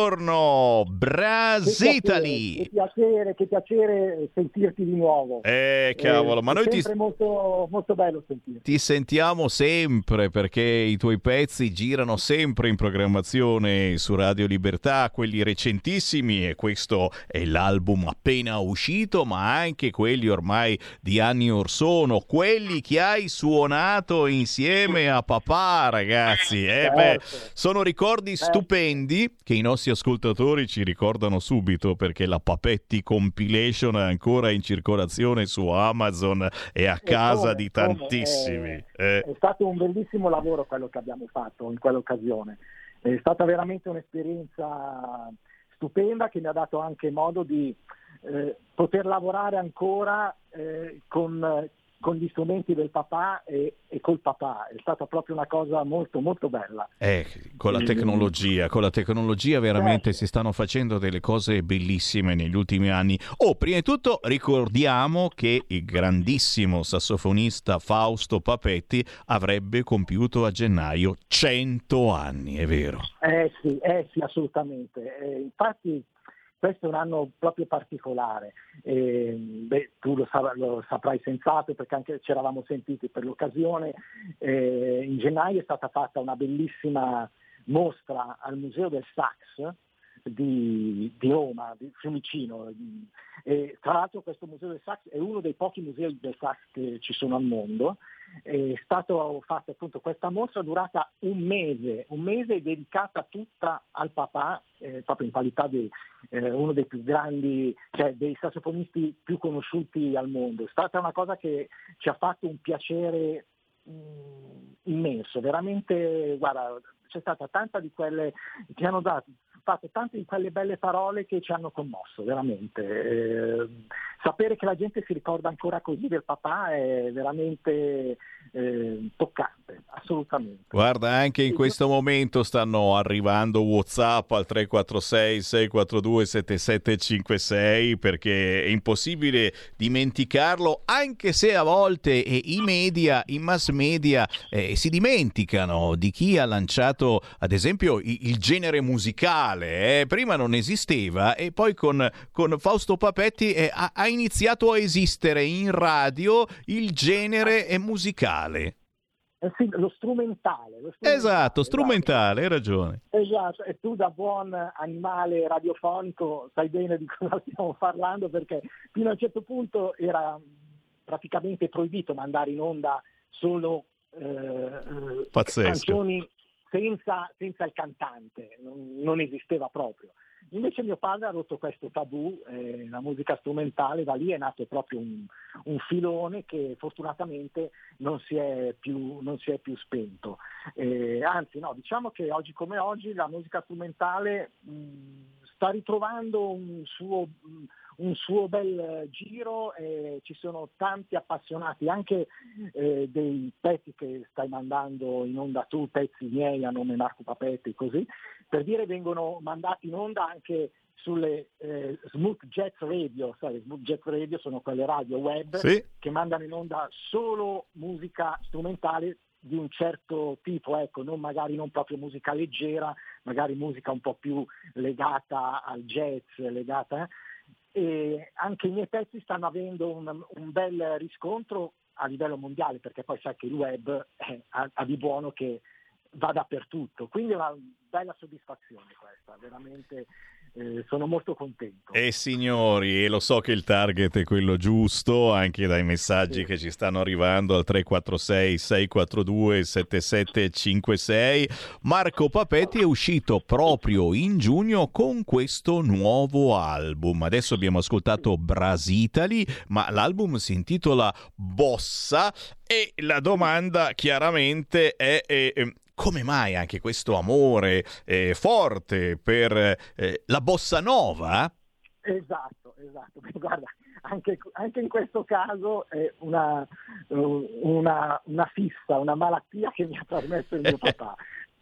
Brasitali. Che piacere sentirti di nuovo. Cavolo, ma noi è sempre molto, molto bello sentirti. Ti sentiamo sempre perché i tuoi pezzi girano sempre in programmazione su Radio Libertà, quelli recentissimi, e questo è l'album appena uscito, ma anche quelli ormai di anni or sono, quelli che hai suonato insieme a papà, ragazzi. Sono ricordi stupendi che i nostri ascoltatori ci ricordano subito, perché la Papetti Compilation è ancora in circolazione su Amazon e a casa di tantissimi. È stato un bellissimo lavoro quello che abbiamo fatto in quell'occasione. È stata veramente un'esperienza stupenda che mi ha dato anche modo di poter lavorare ancora con gli strumenti del papà e col papà. È stata proprio una cosa molto molto bella. Con la tecnologia veramente si stanno facendo delle cose bellissime negli ultimi anni. Prima di tutto ricordiamo che il grandissimo sassofonista Fausto Papetti avrebbe compiuto a gennaio 100 anni, è vero? Sì, assolutamente. Infatti questo è un anno proprio particolare, tu lo saprai senz'altro perché anche ci eravamo sentiti per l'occasione. In gennaio è stata fatta una bellissima mostra al Museo del Sax di Roma, di Fiumicino, e tra l'altro questo Museo del Sax è uno dei pochi musei del sax che ci sono al mondo. È stato fatto appunto questa mostra durata un mese dedicata tutta al papà, proprio in qualità di uno dei più grandi, cioè dei sassofonisti più conosciuti al mondo. È stata una cosa che ci ha fatto un piacere immenso, veramente. Guarda, c'è stata tanta di quelle che hanno fatto tante di quelle belle parole che ci hanno commosso, veramente. Sapere che la gente si ricorda ancora così del papà è veramente toccante, assolutamente. Guarda, anche in questo momento stanno arrivando WhatsApp al 346 642 7756, perché è impossibile dimenticarlo, anche se a volte i mass media si dimenticano di chi ha lanciato ad esempio il genere musicale. Prima non esisteva e poi con Fausto Papetti ha iniziato a esistere in radio il genere musicale. Sì, lo strumentale. Esatto, strumentale, hai ragione. Esatto, e tu da buon animale radiofonico sai bene di cosa stiamo parlando, perché fino a un certo punto era praticamente proibito mandare in onda solo canzoni senza il cantante, non esisteva proprio. Invece mio padre ha rotto questo tabù, la musica strumentale, da lì è nato proprio un filone che fortunatamente non si è più spento. Anzi no, diciamo che oggi come oggi la musica strumentale sta ritrovando un suo bel giro, ci sono tanti appassionati, anche dei pezzi che stai mandando in onda tu, pezzi miei a nome Marco Papetti, così, per dire, vengono mandati in onda anche sulle Smooth Jazz Radio. Smooth Jazz Radio sono quelle radio web che mandano in onda solo musica strumentale di un certo tipo, magari non proprio musica leggera, magari musica un po' più legata al jazz, e anche i miei pezzi stanno avendo un bel riscontro a livello mondiale, perché poi sai che il web ha di buono che va dappertutto, quindi è una bella soddisfazione questa, veramente. Sono molto contento. Signori, e lo so che il target è quello giusto, anche dai messaggi che ci stanno arrivando al 346 642 7756. Marco Papetti è uscito proprio in giugno con questo nuovo album. Adesso abbiamo ascoltato Brasitali, ma l'album si intitola Bossa, e la domanda chiaramente è come mai anche questo amore forte per la bossa nova? Esatto. Guarda, anche in questo caso è una fissa, una malattia che mi ha trasmesso il mio papà.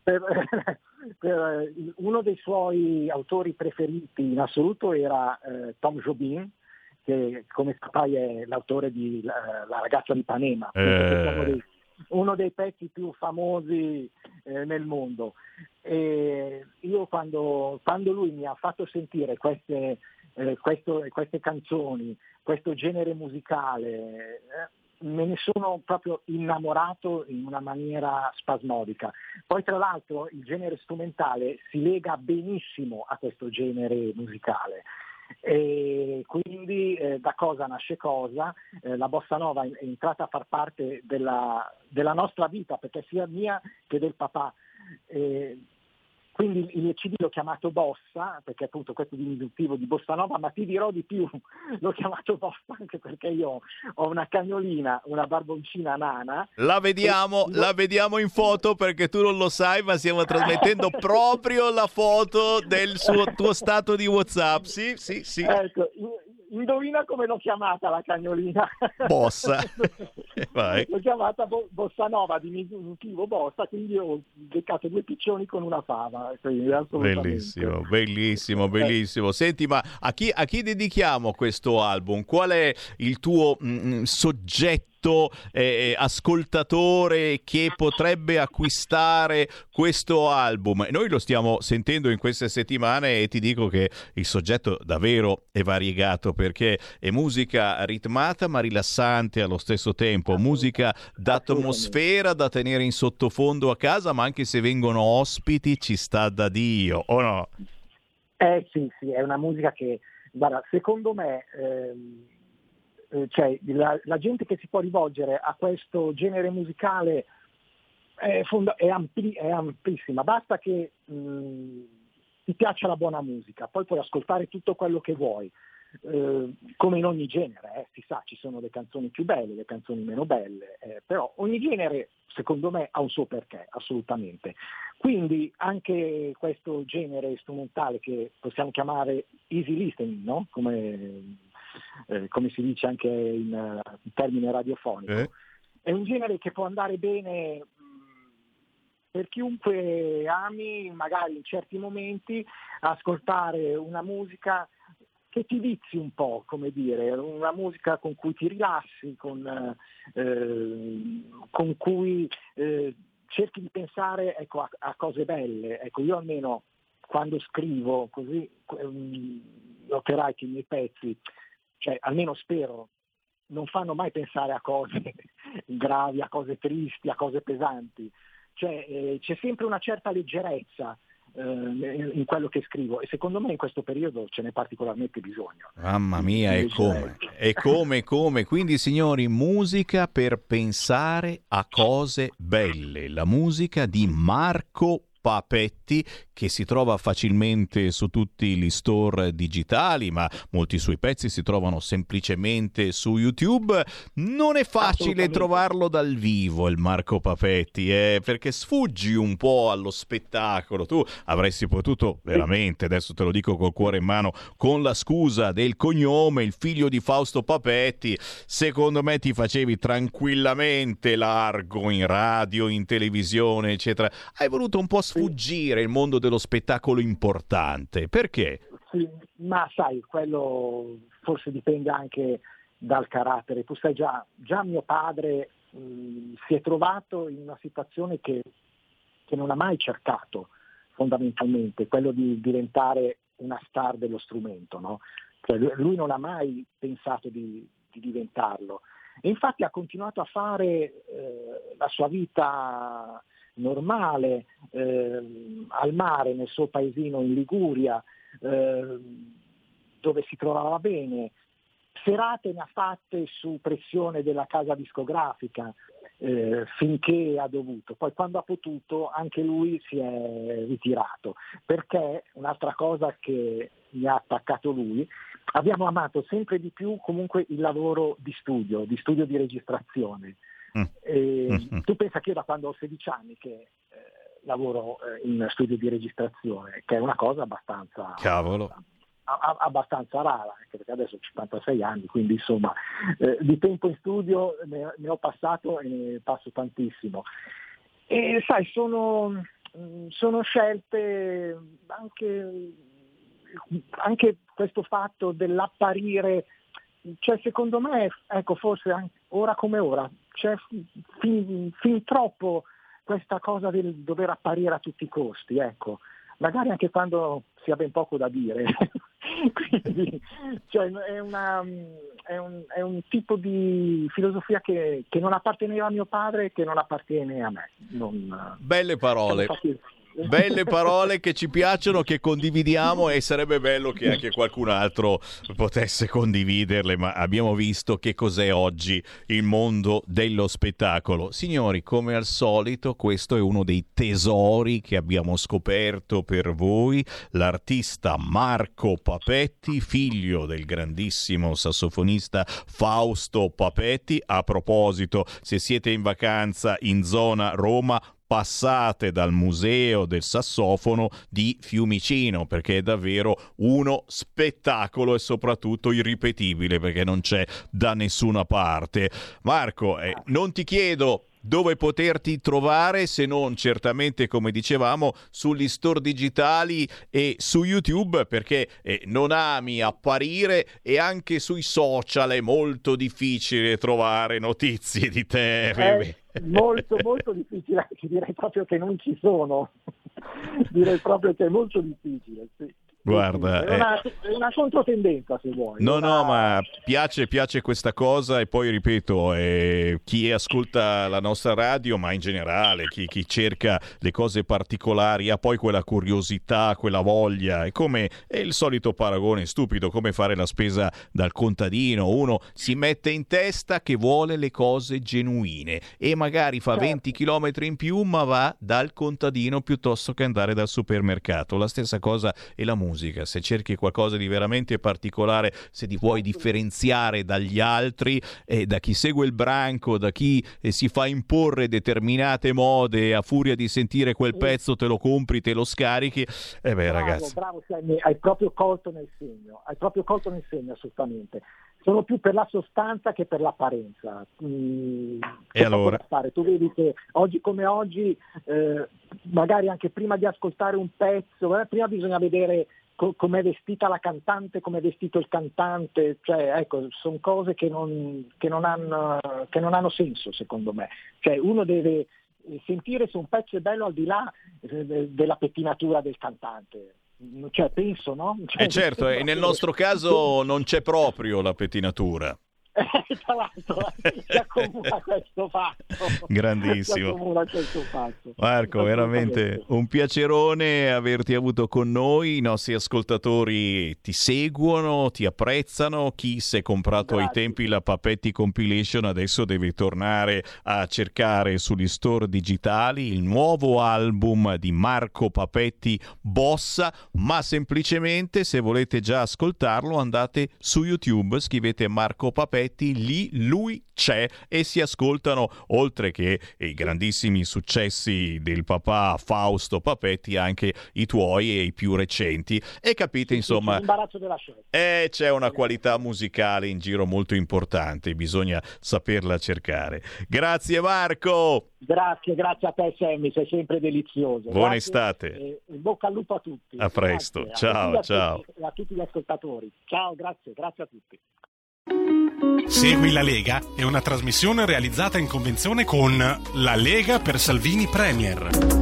Per uno dei suoi autori preferiti in assoluto era Tom Jobim, che come saprai è l'autore di La ragazza di Ipanema, uno dei pezzi più famosi nel mondo. E io quando lui mi ha fatto sentire queste canzoni, questo genere musicale, me ne sono proprio innamorato in una maniera spasmodica. Poi tra l'altro il genere strumentale si lega benissimo a questo genere musicale. E quindi da cosa nasce cosa, la bossa nova è entrata a far parte della nostra vita, perché sia mia che del papà. Quindi il CD l'ho chiamato Bossa, perché appunto questo è diminutivo di bossa nova, ma ti dirò di più, l'ho chiamato Bossa anche perché io ho una cagnolina, una barboncina nana. La vediamo in foto, perché tu non lo sai, ma stiamo trasmettendo proprio la foto del tuo stato di WhatsApp. Sì. Ecco, indovina come l'ho chiamata la cagnolina? Bossa. Vai. L'ho chiamata bossa nova, diminutivo Bossa, quindi ho beccato 2 piccioni con una fava. Bellissimo. Senti, ma a chi dedichiamo questo album? Qual è il tuo soggetto ascoltatore che potrebbe acquistare questo album? Noi lo stiamo sentendo in queste settimane e ti dico che il soggetto davvero è variegato, perché è musica ritmata ma rilassante allo stesso tempo, musica d'atmosfera da tenere in sottofondo a casa, ma anche se vengono ospiti ci sta da Dio, o no? Sì, è una musica che, guarda, secondo me cioè la gente che si può rivolgere a questo genere musicale è amplissima, basta che ti piaccia la buona musica, poi puoi ascoltare tutto quello che vuoi, come in ogni genere, si sa, ci sono le canzoni più belle, le canzoni meno belle, però ogni genere secondo me ha un suo perché, assolutamente. Quindi anche questo genere strumentale che possiamo chiamare easy listening, no? Come si dice anche in termine radiofonico, è un genere che può andare bene per chiunque ami, magari in certi momenti, ascoltare una musica che ti vizi un po', come dire, una musica con cui ti rilassi, con cui cerchi di pensare, ecco, a cose belle. Ecco, io almeno quando scrivo così, noterai che i miei pezzi, cioè almeno spero, non fanno mai pensare a cose gravi, a cose tristi, a cose pesanti. Cioè c'è sempre una certa leggerezza in quello che scrivo, e secondo me in questo periodo ce n'è particolarmente bisogno. Mamma mia, e come. Quindi signori, musica per pensare a cose belle, la musica di Marco Papetti, che si trova facilmente su tutti gli store digitali, ma molti suoi pezzi si trovano semplicemente su YouTube. Non è facile trovarlo dal vivo il Marco Papetti, perché sfuggi un po' allo spettacolo. Tu avresti potuto veramente, adesso te lo dico col cuore in mano, con la scusa del cognome, il figlio di Fausto Papetti, secondo me ti facevi tranquillamente largo in radio, in televisione, eccetera. Hai voluto un po' sfuggire il mondo dello spettacolo importante, perché? Sì, ma sai, quello forse dipende anche dal carattere. Tu sai, già mio padre si è trovato in una situazione che non ha mai cercato, fondamentalmente, quello di diventare una star dello strumento, no? Cioè, lui non ha mai pensato di diventarlo, e infatti ha continuato a fare la sua vita normale, al mare, nel suo paesino in Liguria, dove si trovava bene. Serate ne ha fatte su pressione della casa discografica, finché ha dovuto. Poi quando ha potuto anche lui si è ritirato, perché un'altra cosa che mi ha attaccato lui, abbiamo amato sempre di più comunque il lavoro di studio di registrazione. Tu pensa che io da quando ho 16 anni che lavoro in studio di registrazione, che è una cosa abbastanza rara, anche perché adesso ho 56 anni, quindi insomma di tempo in studio ne ho passato e ne passo tantissimo. E sai, sono scelte anche questo fatto dell'apparire, cioè secondo me, ecco, forse ora come ora c'è fin troppo questa cosa del dover apparire a tutti i costi, ecco, magari anche quando si ha ben poco da dire. Quindi cioè, è un tipo di filosofia che non apparteneva a mio padre e che non appartiene a me. Belle parole. Belle parole che ci piacciono, che condividiamo, e sarebbe bello che anche qualcun altro potesse condividerle, ma abbiamo visto che cos'è oggi il mondo dello spettacolo. Signori, come al solito, questo è uno dei tesori che abbiamo scoperto per voi, l'artista Marco Papetti, figlio del grandissimo sassofonista Fausto Papetti. A proposito, se siete in vacanza in zona Roma, passate dal Museo del Sassofono di Fiumicino, perché è davvero uno spettacolo e soprattutto irripetibile, perché non c'è da nessuna parte. Marco, non ti chiedo dove poterti trovare, se non certamente, come dicevamo, sugli store digitali e su YouTube, perché non ami apparire, e anche sui social è molto difficile trovare notizie di te. Molto molto difficile, anche direi proprio che non ci sono. Direi proprio che è molto difficile, sì. Guarda, è una controtendenza, se vuoi. No, ma piace questa cosa, e poi ripeto, chi ascolta la nostra radio, ma in generale chi cerca le cose particolari, ha poi quella curiosità, quella voglia. È come è il solito paragone stupido, come fare la spesa dal contadino. Uno si mette in testa che vuole le cose genuine e magari fa 20 chilometri in più, ma va dal contadino piuttosto che andare dal supermercato. La stessa cosa è la musica. Se cerchi qualcosa di veramente particolare, se ti vuoi differenziare dagli altri, da chi segue il branco, da chi si fa imporre determinate mode, a furia di sentire quel pezzo te lo compri, te lo scarichi, ragazzi. Bravo, hai proprio colto nel segno, assolutamente. Sono più per la sostanza che per l'apparenza. E allora? Tu vedi che oggi come oggi, magari anche prima di ascoltare un pezzo, prima bisogna vedere com'è vestita la cantante, com'è vestito il cantante, cioè ecco, sono cose che non hanno senso, secondo me. Cioè uno deve sentire se un pezzo è bello al di là della pettinatura del cantante. Cioè penso, no? Certo, e nel nostro caso non c'è proprio la pettinatura. Tra l'altro si accomuna questo fatto. Grandissimo. Marco, veramente un piacerone averti avuto con noi. I nostri ascoltatori ti seguono, ti apprezzano. Chi si è comprato ai tempi la Papetti Compilation adesso deve tornare a cercare sugli store digitali il nuovo album di Marco Papetti, Bossa. Ma semplicemente, se volete già ascoltarlo, andate su YouTube, scrivete Marco Papetti, lì lui c'è, e si ascoltano, oltre che i grandissimi successi del papà Fausto Papetti, anche i tuoi e i più recenti, e capite insomma l'imbarazzo della scelta. C'è una qualità musicale in giro molto importante, bisogna saperla cercare. Grazie Marco. Grazie a te Sammy, sei sempre delizioso. Buona estate. Bocca al lupo a tutti. A presto. Grazie. Ciao. A tutti gli ascoltatori. Ciao, grazie a tutti. Segui la Lega è una trasmissione realizzata in convenzione con La Lega per Salvini Premier.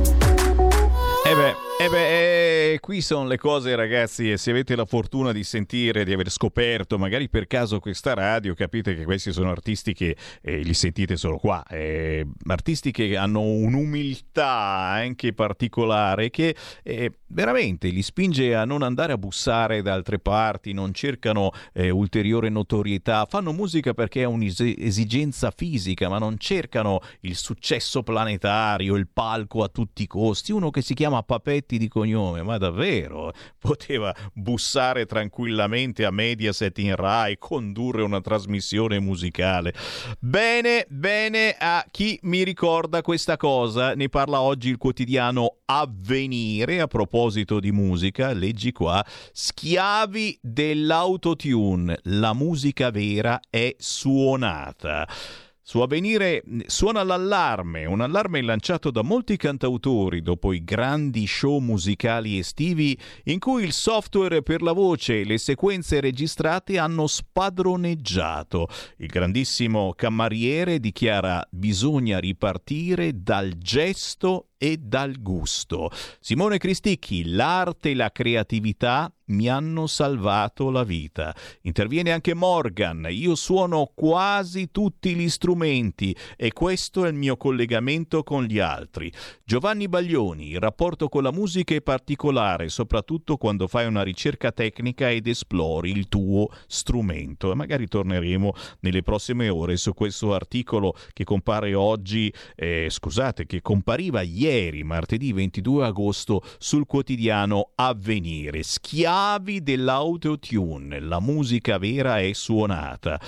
Qui sono le cose, ragazzi, e se avete la fortuna di sentire, di aver scoperto magari per caso questa radio, capite che questi sono artisti che li sentite solo qua, artisti che hanno un'umiltà anche particolare che veramente li spinge a non andare a bussare da altre parti, non cercano ulteriore notorietà, fanno musica perché è un'esigenza fisica, ma non cercano il successo planetario, il palco a tutti i costi. Uno che si chiama Papetti Benedetti di cognome, ma davvero? Poteva bussare tranquillamente a Mediaset in Rai, condurre una trasmissione musicale. Bene a chi mi ricorda questa cosa, ne parla oggi il quotidiano Avvenire a proposito di musica, leggi qua: schiavi dell'autotune, la musica vera è suonata. Su Avvenire suona l'allarme, un allarme lanciato da molti cantautori dopo i grandi show musicali estivi in cui il software per la voce e le sequenze registrate hanno spadroneggiato. Il grandissimo Camariere dichiara: bisogna ripartire dal gesto e dal gusto. Simone Cristicchi: l'arte e la creatività mi hanno salvato la vita. Interviene anche Morgan: io suono quasi tutti gli strumenti e questo è il mio collegamento con gli altri. Giovanni Baglioni: il rapporto con la musica è particolare, soprattutto quando fai una ricerca tecnica ed esplori il tuo strumento. E magari torneremo nelle prossime ore su questo articolo che compare oggi, che compariva ieri, martedì 22 agosto, sul quotidiano Avvenire. Schiavi dell'autotune, la musica vera è suonata.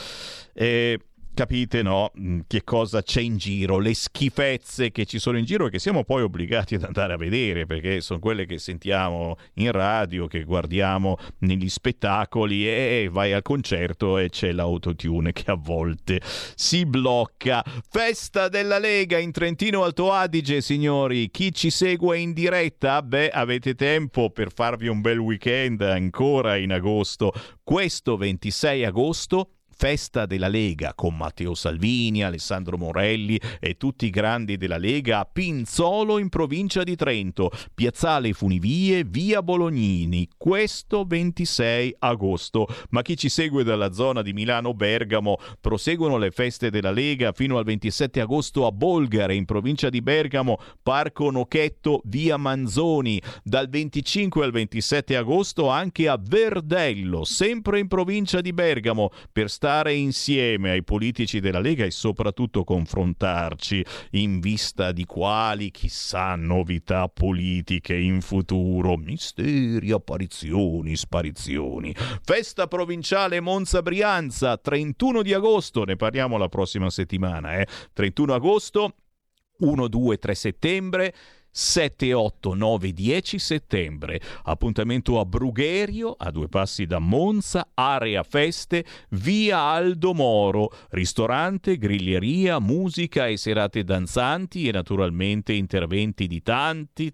Capite, no? Che cosa c'è in giro, le schifezze che ci sono in giro e che siamo poi obbligati ad andare a vedere, perché sono quelle che sentiamo in radio, che guardiamo negli spettacoli, e vai al concerto e c'è l'autotune che a volte si blocca. Festa della Lega in Trentino Alto Adige, signori. Chi ci segue in diretta? Beh, avete tempo per farvi un bel weekend ancora in agosto. Questo 26 agosto Festa della Lega con Matteo Salvini, Alessandro Morelli e tutti i grandi della Lega a Pinzolo in provincia di Trento, Piazzale Funivie, via Bolognini, questo 26 agosto. Ma chi ci segue dalla zona di Milano-Bergamo, proseguono le feste della Lega fino al 27 agosto a Bolgare in provincia di Bergamo, Parco Nochetto, via Manzoni, dal 25 al 27 agosto anche a Verdello, sempre in provincia di Bergamo, per stare insieme ai politici della Lega e soprattutto confrontarci in vista di quali, chissà, novità politiche in futuro, misteri, apparizioni, sparizioni. Festa provinciale Monza-Brianza, 31 di agosto, ne parliamo la prossima settimana, 31 agosto, 1, 2, 3 settembre, 7, 8, 9, 10 settembre. Appuntamento a Brugherio, a 2 passi da Monza, area feste, via Aldo Moro, ristorante, griglieria, musica e serate danzanti e naturalmente interventi di tanti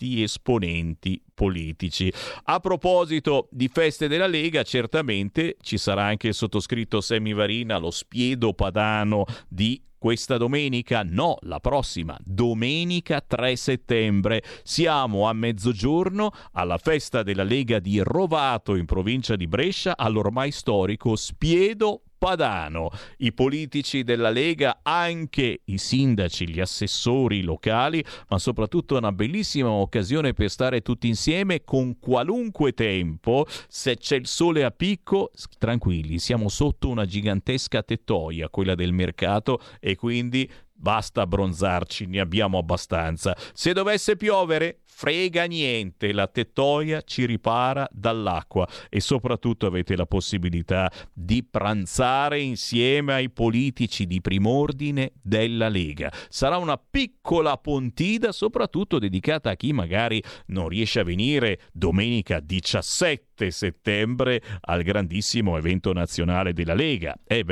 esponenti politici. A proposito di feste della Lega, certamente ci sarà anche il sottoscritto Sammy Varin allo Spiedo Padano di questa domenica, no, la prossima, domenica 3 settembre. Siamo a mezzogiorno alla festa della Lega di Rovato in provincia di Brescia, all'ormai storico Spiedo Padano. I politici della Lega, anche i sindaci, gli assessori locali, ma soprattutto una bellissima occasione per stare tutti insieme con qualunque tempo. Se c'è il sole a picco, tranquilli, siamo sotto una gigantesca tettoia, quella del mercato, e quindi basta abbronzarci, ne abbiamo abbastanza. Se dovesse piovere, frega niente, la tettoia ci ripara dall'acqua e soprattutto avete la possibilità di pranzare insieme ai politici di prim'ordine della Lega. Sarà una piccola pontida, soprattutto dedicata a chi magari non riesce a venire domenica 17 settembre al grandissimo evento nazionale della Lega.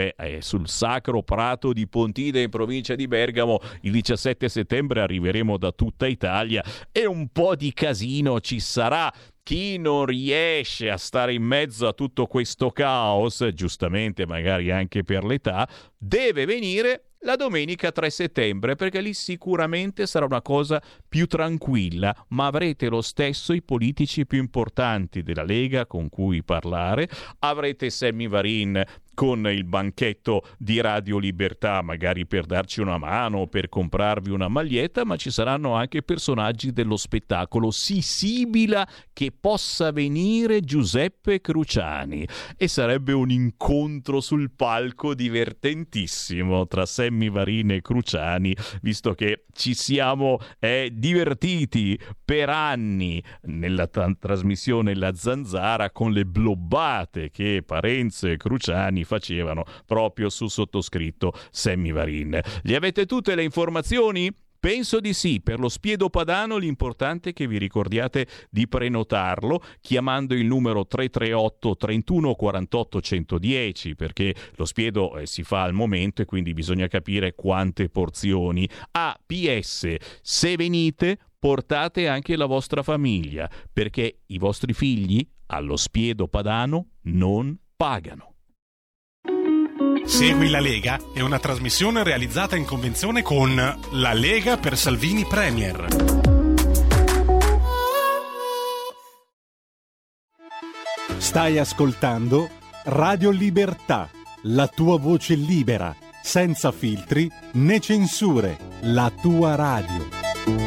Sul sacro prato di Pontida in provincia di Bergamo il 17 settembre arriveremo da tutta Italia e un po' di casino ci sarà. Chi non riesce a stare in mezzo a tutto questo caos, giustamente magari anche per l'età, deve venire la domenica 3 settembre, perché lì sicuramente sarà una cosa più tranquilla, ma avrete lo stesso i politici più importanti della Lega con cui parlare, avrete Sammy Varin con il banchetto di Radio Libertà, magari per darci una mano o per comprarvi una maglietta, ma ci saranno anche personaggi dello spettacolo. Si sibila che possa venire Giuseppe Cruciani e sarebbe un incontro sul palco divertentissimo tra Sammy Varin e Cruciani, visto che ci siamo divertiti per anni nella trasmissione La Zanzara con le blobbate che Parenzo e Cruciani facevano proprio su sottoscritto Sammy Varin. Gli avete tutte le informazioni? Penso di sì. Per lo Spiedo Padano l'importante è che vi ricordiate di prenotarlo chiamando il numero 338 31 48 110, perché lo Spiedo si fa al momento e quindi bisogna capire quante porzioni. PS, se venite portate anche la vostra famiglia, perché i vostri figli allo Spiedo Padano non pagano. Segui la Lega è una trasmissione realizzata in convenzione con La Lega per Salvini Premier. Stai ascoltando Radio Libertà, la tua voce libera, senza filtri né censure, la tua radio.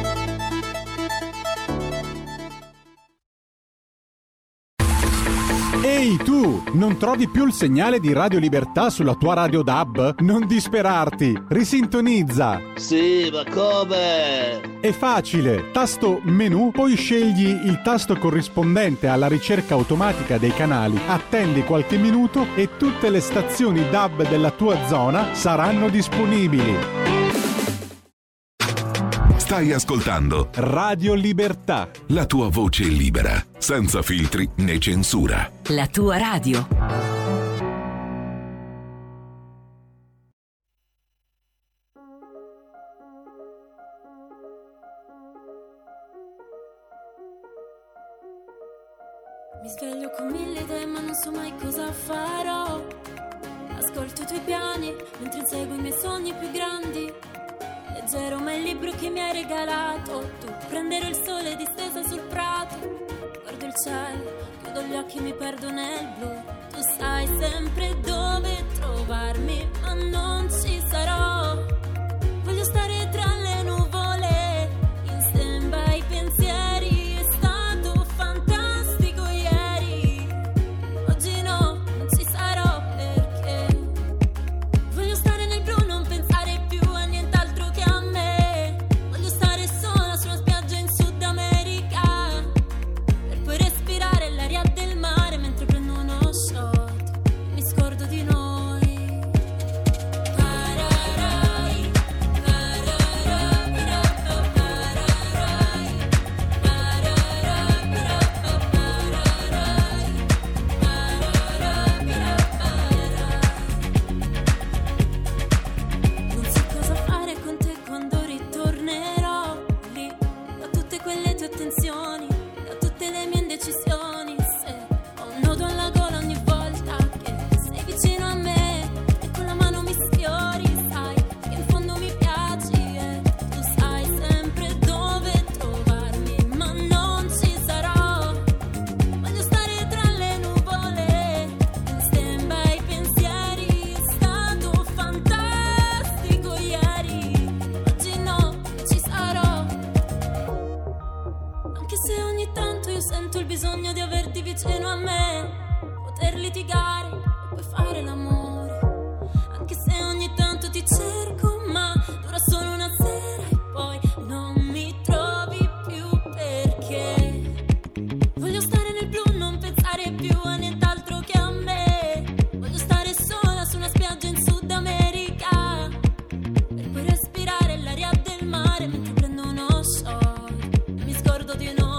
Ehi tu, non trovi più il segnale di Radio Libertà sulla tua radio DAB? Non disperarti, risintonizza! Sì, ma come? È facile, tasto menu, poi scegli il tasto corrispondente alla ricerca automatica dei canali, attendi qualche minuto e tutte le stazioni DAB della tua zona saranno disponibili. Stai ascoltando Radio Libertà, la tua voce libera, senza filtri né censura. La tua radio. Mi sveglio con 1000 idee ma non so mai cosa farò. Ascolto i tuoi piani mentre inseguo i miei sogni più grandi. Leggero ma il libro che mi hai regalato. Tu prenderò il sole distesa sul prato. Guardo il cielo, chiudo gli occhi e mi perdo nel blu. Tu sai sempre dove trovarmi, ma non ci sarò. Voglio stare tra le nuvole, in stand-by pensieri. È stato fantastico ieri. Oggi no, non ci sarò perché voglio stare nel blu, non pensare più a nient'altro che a me. Voglio stare sola su una spiaggia in Sud America, per poi respirare l'aria del mare mentre prendo uno shot. Mi scordo di noi. Pararai, non so cosa fare con te quando ritornerò lì, da tutte quelle tue attenzioni, da tutte le mie indecisioni. Se ho un nodo alla gola ogni volta che sei vicino a me e con la mano mi sfiori, sai che in fondo mi piaci e tu sai sempre dove trovarmi, ma non ci sarò. Voglio stare tra le nuvole, in stand-by pensieri. È stato fantastico ieri, oggi no, non ci sarò. Anche se ogni tanto io sento il bisogno di averti vicino a me, poter litigare e poi fare l'amore. Anche se ogni tanto ti cerco, ma dura solo una sera e poi non mi trovi più perché voglio stare nel blu, non pensare più a nient'altro che a me. Voglio stare sola su una spiaggia in Sud America, per poi respirare l'aria del mare mentre prendo uno shot e mi scordo di noi.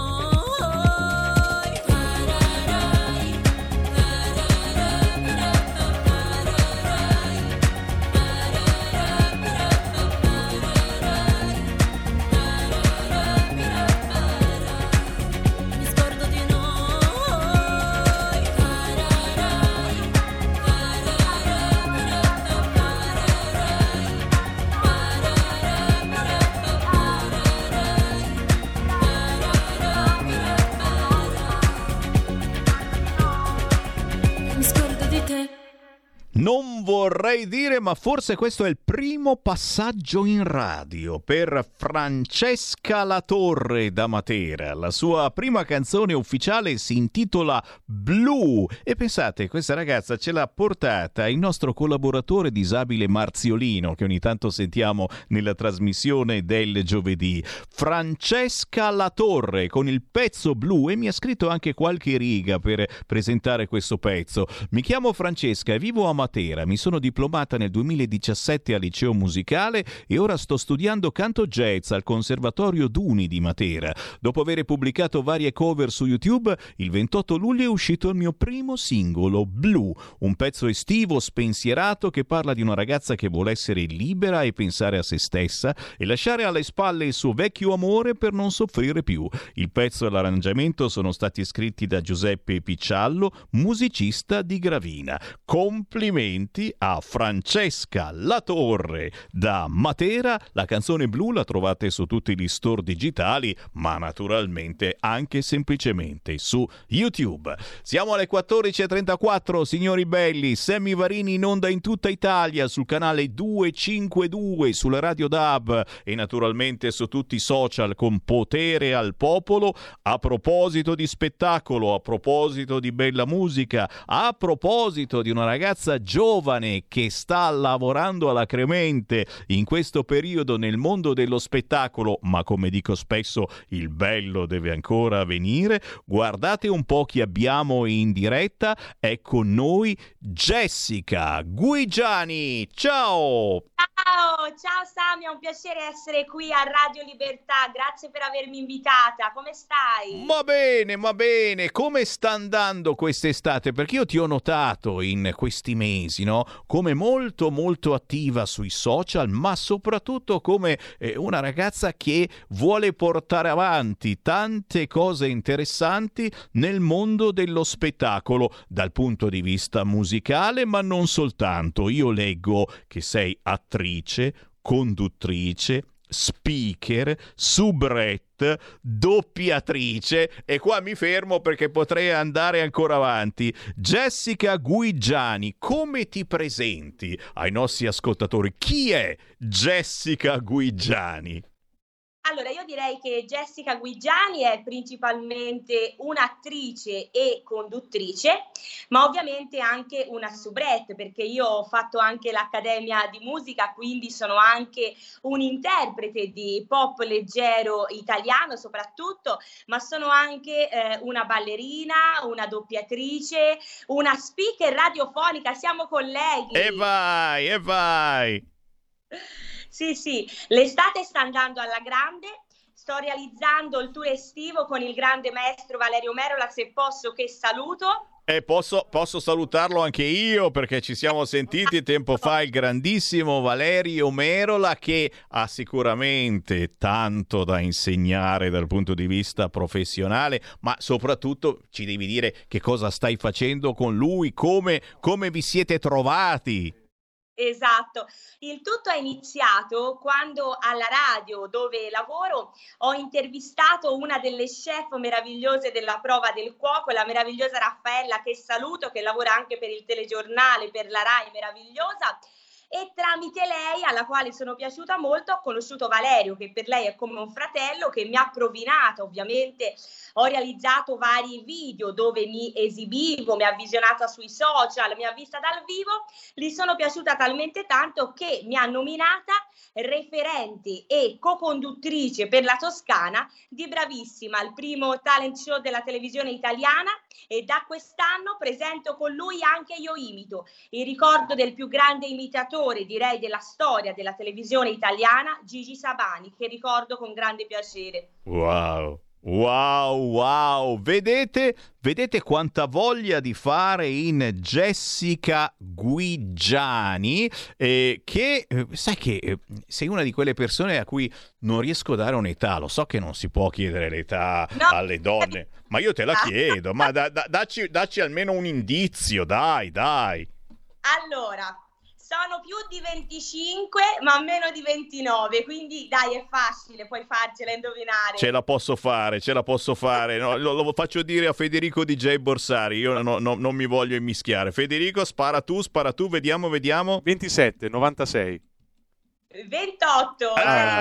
Pararai, pararai, pararai, pararai, pararai, non vorrei dire, ma forse questo è il primo passaggio in radio per Francesca Latorre da Matera. La sua prima canzone ufficiale si intitola Blu e pensate, questa ragazza ce l'ha portata il nostro collaboratore disabile Marziolino, che ogni tanto sentiamo nella trasmissione del giovedì. Francesca Latorre con il pezzo Blu, e mi ha scritto anche qualche riga per presentare questo pezzo. Mi chiamo Francesca e vivo a Matera, mi sono diplomata nel 2017 al liceo musicale e ora sto studiando canto jazz al Conservatorio Duni di Matera. Dopo aver pubblicato varie cover su YouTube, il 28 luglio è uscito il mio primo singolo, Blu, un pezzo estivo spensierato che parla di una ragazza che vuole essere libera e pensare a se stessa e lasciare alle spalle il suo vecchio amore per non soffrire più. Il pezzo e l'arrangiamento sono stati scritti da Giuseppe Picciallo, musicista di Gravina. Complimenti a Francesca Latorre da Matera. La canzone Blu la trovate su tutti gli store digitali, ma naturalmente anche semplicemente su YouTube. Siamo alle 14.34, signori belli. Sammy Varini in onda in tutta Italia sul canale 252, sulla Radio DAB e naturalmente su tutti i social con Potere al Popolo. A proposito di spettacolo, a proposito di bella musica, a proposito di una ragazza giovane che sta lavorando alacremente in questo periodo nel mondo dello spettacolo, ma come dico spesso il bello deve ancora venire, guardate un po' chi abbiamo in diretta. È con noi Jessica Guigiani. Ciao! Ciao Sammy, è un piacere essere qui a Radio Libertà, grazie per avermi invitata, come stai? Ma bene, come sta andando quest'estate? Perché io ti ho notato in questi mesi, no? Come molto attiva sui social, ma soprattutto come una ragazza che vuole portare avanti tante cose interessanti nel mondo dello spettacolo, dal punto di vista musicale, ma non soltanto. Io leggo che sei attrice, conduttrice, speaker, soubrette, doppiatrice, e qua mi fermo perché potrei andare ancora avanti. Jessica Guigiani, come ti presenti ai nostri ascoltatori? Chi è Jessica Guigiani? Allora, io direi che Jessica Guigiani è principalmente un'attrice e conduttrice, ma ovviamente anche una soubrette, perché io ho fatto anche l'Accademia di Musica, quindi sono anche un interprete di pop leggero italiano soprattutto, ma sono anche una ballerina, una doppiatrice, una speaker radiofonica, siamo colleghi. E vai! Sì, l'estate sta andando alla grande, sto realizzando il tour estivo con il grande maestro Valerio Merola, se posso che saluto. E posso salutarlo anche io, perché ci siamo sentiti tempo fa, il grandissimo Valerio Merola, che ha sicuramente tanto da insegnare dal punto di vista professionale, ma soprattutto ci devi dire che cosa stai facendo con lui, come vi siete trovati. Esatto, il tutto è iniziato quando alla radio dove lavoro ho intervistato una delle chef meravigliose della prova del cuoco, la meravigliosa Raffaella, che saluto, che lavora anche per il telegiornale, per la Rai, meravigliosa. E tramite lei, alla quale sono piaciuta molto, ho conosciuto Valerio, che per lei è come un fratello, che mi ha provinato. Ovviamente ho realizzato vari video dove mi esibivo, mi ha visionata sui social, mi ha vista dal vivo, gli sono piaciuta talmente tanto che mi ha nominata referente e co-conduttrice per la Toscana di Bravissima, il primo talent show della televisione italiana, e da quest'anno presento con lui Anche Io Imito, il ricordo del più grande imitatore, direi, della storia della televisione italiana, Gigi Sabani, che ricordo con grande piacere. Wow, vedete quanta voglia di fare in Jessica Guigiani, che sai che sei una di quelle persone a cui non riesco a dare un'età. Lo so che non si può chiedere l'età alle donne, ma io te la chiedo, dacci almeno un indizio, dai. Allora, Sono più di 25, ma meno di 29, quindi dai, è facile, puoi farcela indovinare. Ce la posso fare. No, lo faccio dire a Federico DJ Borsari, io non mi voglio immischiare. Federico, spara tu, vediamo. 27, 96. 28.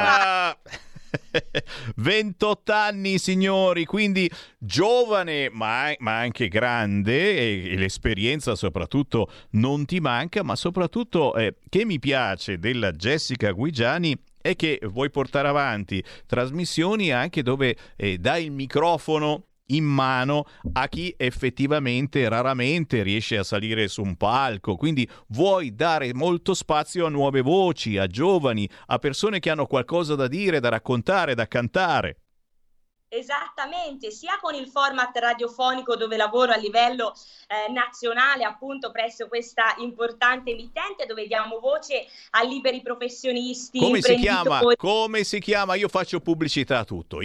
28 anni, signori, quindi giovane ma anche grande, e l'esperienza soprattutto non ti manca, ma soprattutto che mi piace della Jessica Guigiani è che vuoi portare avanti trasmissioni anche dove dai il microfono in mano a chi effettivamente raramente riesce a salire su un palco, quindi vuoi dare molto spazio a nuove voci, a giovani, a persone che hanno qualcosa da dire, da raccontare, da cantare. Esattamente, sia con il format radiofonico dove lavoro a livello nazionale, appunto presso questa importante emittente, dove diamo voce a liberi professionisti. Come si chiama? Io faccio pubblicità a tutto.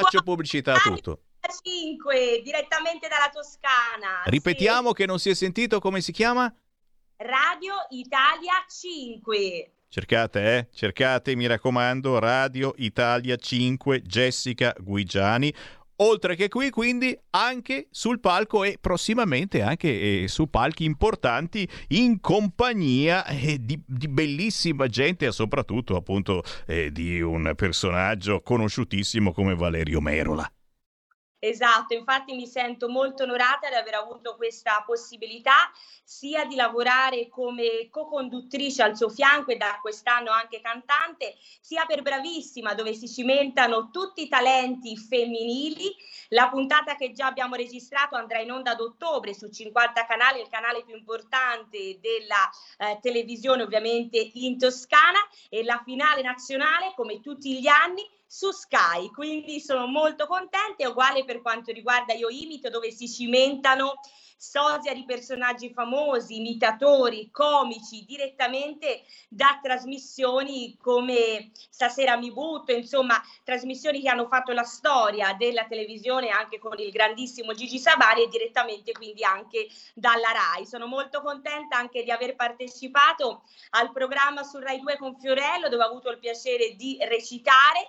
5, direttamente dalla Toscana. Ripetiamo, sì. Che non si è sentito, come si chiama? Radio Italia 5. Cercate, mi raccomando, Radio Italia 5, Jessica Guigiani. Oltre che qui, quindi, anche sul palco e prossimamente anche su palchi importanti in compagnia di bellissima gente e soprattutto appunto di un personaggio conosciutissimo come Valerio Merola. Esatto, infatti mi sento molto onorata di aver avuto questa possibilità sia di lavorare come co-conduttrice al suo fianco e da quest'anno anche cantante, sia per Bravissima, dove si cimentano tutti i talenti femminili. La puntata che già abbiamo registrato andrà in onda ad ottobre su 50 canali, il canale più importante della televisione ovviamente in Toscana, e la finale nazionale come tutti gli anni su Sky, quindi sono molto contenta. È uguale per quanto riguarda Io Imito, dove si cimentano sosia di personaggi famosi, imitatori, comici, direttamente da trasmissioni come Stasera mi butto, insomma trasmissioni che hanno fatto la storia della televisione anche con il grandissimo Gigi Sabari e direttamente quindi anche dalla Rai. Sono molto contenta anche di aver partecipato al programma su Rai 2 con Fiorello, dove ho avuto il piacere di recitare.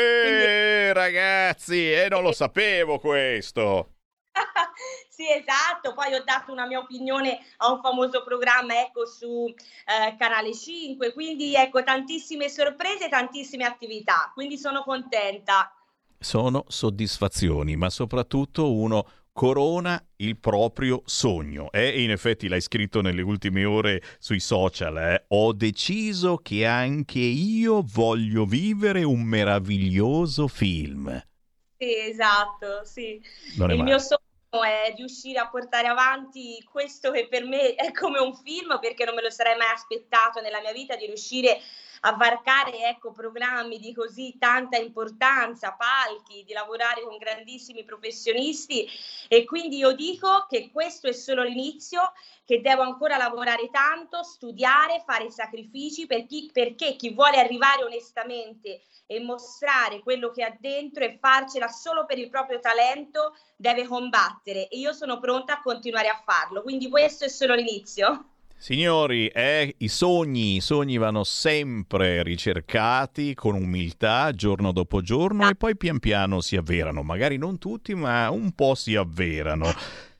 Ragazzi, non lo sapevo questo. Sì, esatto, poi ho dato una mia opinione a un famoso programma, ecco, su Canale 5, quindi ecco, tantissime sorprese, tantissime attività, quindi sono contenta. Sono soddisfazioni, ma soprattutto uno corona il proprio sogno. E in effetti l'hai scritto nelle ultime ore sui social. Ho deciso che anche io voglio vivere un meraviglioso film. Sì, esatto, sì. Il mio sogno è riuscire a portare avanti questo che per me è come un film, perché non me lo sarei mai aspettato nella mia vita, di riuscire a varcare, ecco, programmi di così tanta importanza, palchi, di lavorare con grandissimi professionisti, e quindi io dico che questo è solo l'inizio, che devo ancora lavorare tanto, studiare, fare sacrifici, perché chi vuole arrivare onestamente e mostrare quello che ha dentro e farcela solo per il proprio talento deve combattere, e io sono pronta a continuare a farlo, quindi questo è solo l'inizio. Signori, i sogni vanno sempre ricercati con umiltà, giorno dopo giorno, e poi pian piano si avverano. Magari non tutti, ma un po' si avverano.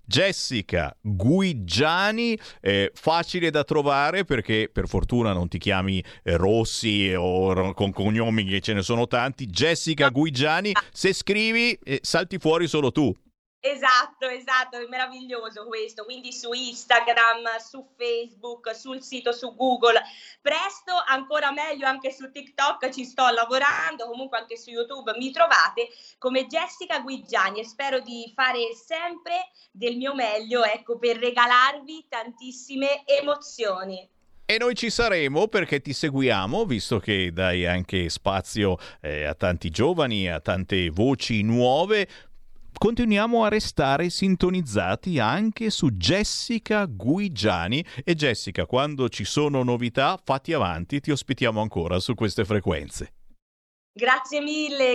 Jessica Guigiani, facile da trovare perché per fortuna non ti chiami Rossi o con cognomi che ce ne sono tanti. Jessica Guigiani, se scrivi salti fuori solo tu. Esatto, è meraviglioso questo, quindi su Instagram, su Facebook, sul sito, su Google, presto ancora meglio anche su TikTok ci sto lavorando, comunque anche su YouTube mi trovate come Jessica Guigiani, e spero di fare sempre del mio meglio, ecco, per regalarvi tantissime emozioni. E noi ci saremo perché ti seguiamo, visto che dai anche spazio a tanti giovani, a tante voci nuove. Continuiamo a restare sintonizzati anche su Jessica Guigiani. E Jessica, quando ci sono novità, fatti avanti, ti ospitiamo ancora su queste frequenze. Grazie mille,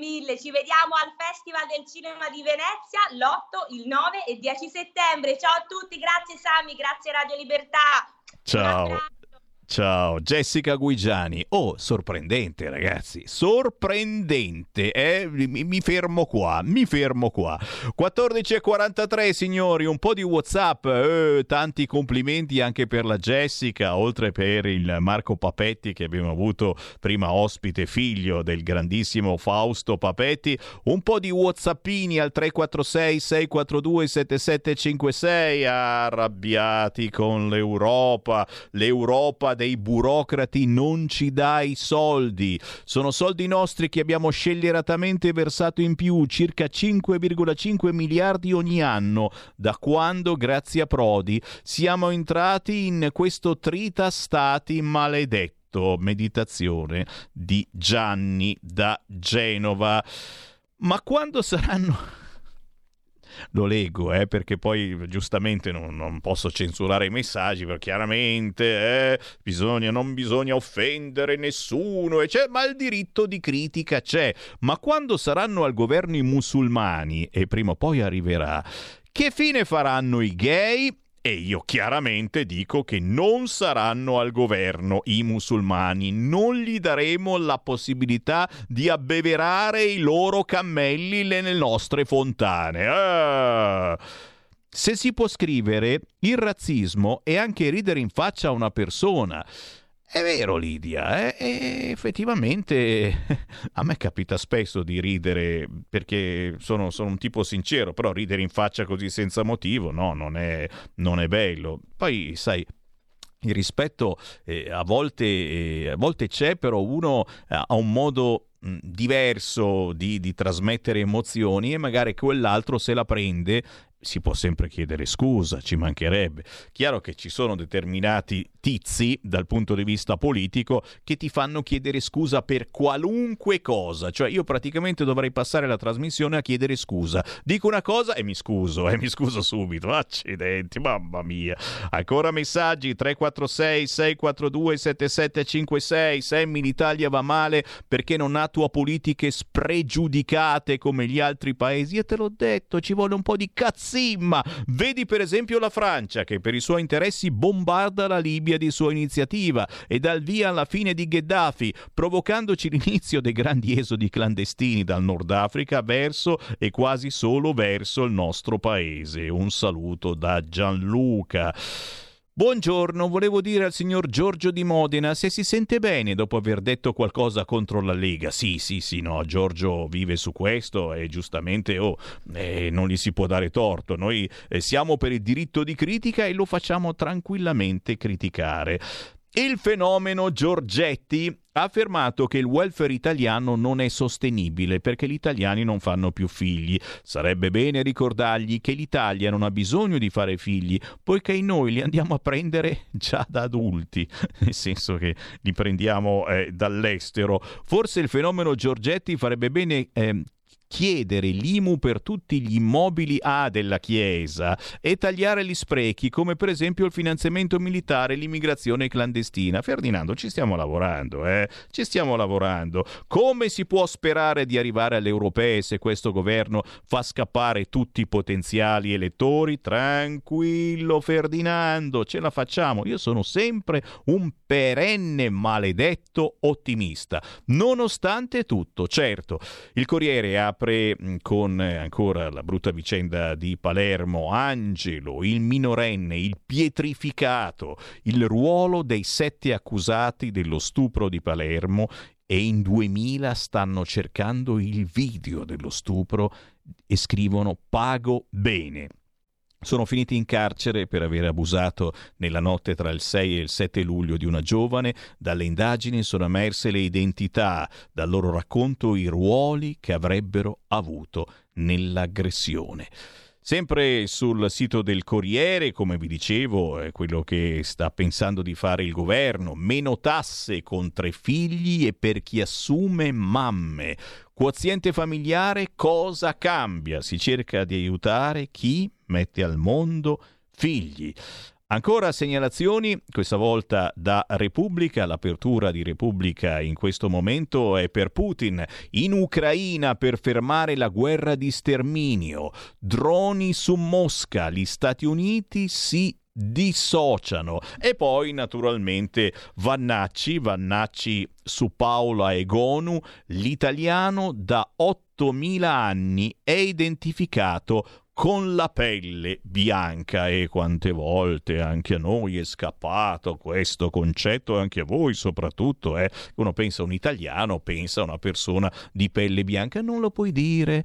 ci vediamo al Festival del Cinema di Venezia l'8, il 9 e 10 settembre. Ciao a tutti, grazie Sami, grazie Radio Libertà. Ciao. Ciao, Jessica Guigiani. Oh, sorprendente ragazzi, sorprendente, mi fermo qua. 14:43 signori, un po' di WhatsApp, tanti complimenti anche per la Jessica, oltre per il Marco Papetti che abbiamo avuto prima ospite, figlio del grandissimo Fausto Papetti. Un po' di WhatsAppini al 346 642 7756, arrabbiati con l'Europa dei burocrati non ci dà i soldi. Sono soldi nostri che abbiamo scelleratamente versato in più, circa 5,5 miliardi ogni anno, da quando, grazie a Prodi, siamo entrati in questo tritastati maledetto. Meditazione di Gianni da Genova. Ma quando saranno... Lo leggo perché poi giustamente non posso censurare i messaggi, perché chiaramente non bisogna offendere nessuno, ma il diritto di critica c'è. Ma quando saranno al governo i musulmani, e prima o poi arriverà, che fine faranno i gay? E io chiaramente dico che non saranno al governo i musulmani, non gli daremo la possibilità di abbeverare i loro cammelli nelle nostre fontane. Se si può scrivere il razzismo e anche ridere in faccia a una persona. È vero Lidia, effettivamente a me capita spesso di ridere, perché sono un tipo sincero, però ridere in faccia così senza motivo no, non è bello. Poi sai, il rispetto a volte c'è, però uno ha un modo diverso di trasmettere emozioni, e magari quell'altro se la prende. Si può sempre chiedere scusa, ci mancherebbe. Chiaro che ci sono determinati tizi dal punto di vista politico che ti fanno chiedere scusa per qualunque cosa. Cioè io praticamente dovrei passare la trasmissione a chiedere scusa. Dico una cosa e mi scuso subito. Accidenti, mamma mia. Ancora messaggi 346 642 7756. Sammy, l'Italia va male perché non attua politiche spregiudicate come gli altri paesi. Io te l'ho detto, ci vuole un po' di cazzo. Vedi per esempio la Francia, che per i suoi interessi bombarda la Libia di sua iniziativa e dà il via alla fine di Gheddafi, provocandoci l'inizio dei grandi esodi clandestini dal Nord Africa verso e quasi solo verso il nostro paese. Un saluto da Gianluca. Buongiorno, volevo dire al signor Giorgio di Modena se si sente bene dopo aver detto qualcosa contro la Lega. Sì, no, Giorgio vive su questo e giustamente non gli si può dare torto. Noi siamo per il diritto di critica e lo facciamo tranquillamente criticare. Il fenomeno Giorgetti ha affermato che il welfare italiano non è sostenibile perché gli italiani non fanno più figli. Sarebbe bene ricordargli che l'Italia non ha bisogno di fare figli, poiché noi li andiamo a prendere già da adulti, nel senso che li prendiamo dall'estero. Forse il fenomeno Giorgetti farebbe bene chiedere l'IMU per tutti gli immobili della Chiesa e tagliare gli sprechi, come per esempio il finanziamento militare e l'immigrazione clandestina. Ferdinando, ci stiamo lavorando. Come si può sperare di arrivare alle europee se questo governo fa scappare tutti i potenziali elettori? Tranquillo Ferdinando, ce la facciamo. Io sono sempre un perenne maledetto ottimista, nonostante tutto. Certo, il Corriere apre con ancora la brutta vicenda di Palermo, Angelo, il minorenne, il pietrificato, il ruolo dei 7 accusati dello stupro di Palermo, e in 2000 stanno cercando il video dello stupro e scrivono pago bene. Sono finiti in carcere per aver abusato nella notte tra il 6 e il 7 luglio di una giovane. Dalle indagini sono emerse le identità, dal loro racconto i ruoli che avrebbero avuto nell'aggressione. Sempre sul sito del Corriere, come vi dicevo, è quello che sta pensando di fare il governo: meno tasse con 3 figli e per chi assume mamme. Quoziente familiare, cosa cambia? Si cerca di aiutare chi mette al mondo figli. Ancora segnalazioni, questa volta da Repubblica. L'apertura di Repubblica in questo momento è per Putin. In Ucraina per fermare la guerra di sterminio. Droni su Mosca. Gli Stati Uniti si dissociano. E poi naturalmente Vannacci su Paola Egonu: l'italiano da 8.000 anni è identificato con la pelle bianca. E quante volte anche a noi è scappato questo concetto, anche a voi soprattutto, uno pensa a un italiano, pensa a una persona di pelle bianca. Non lo puoi dire,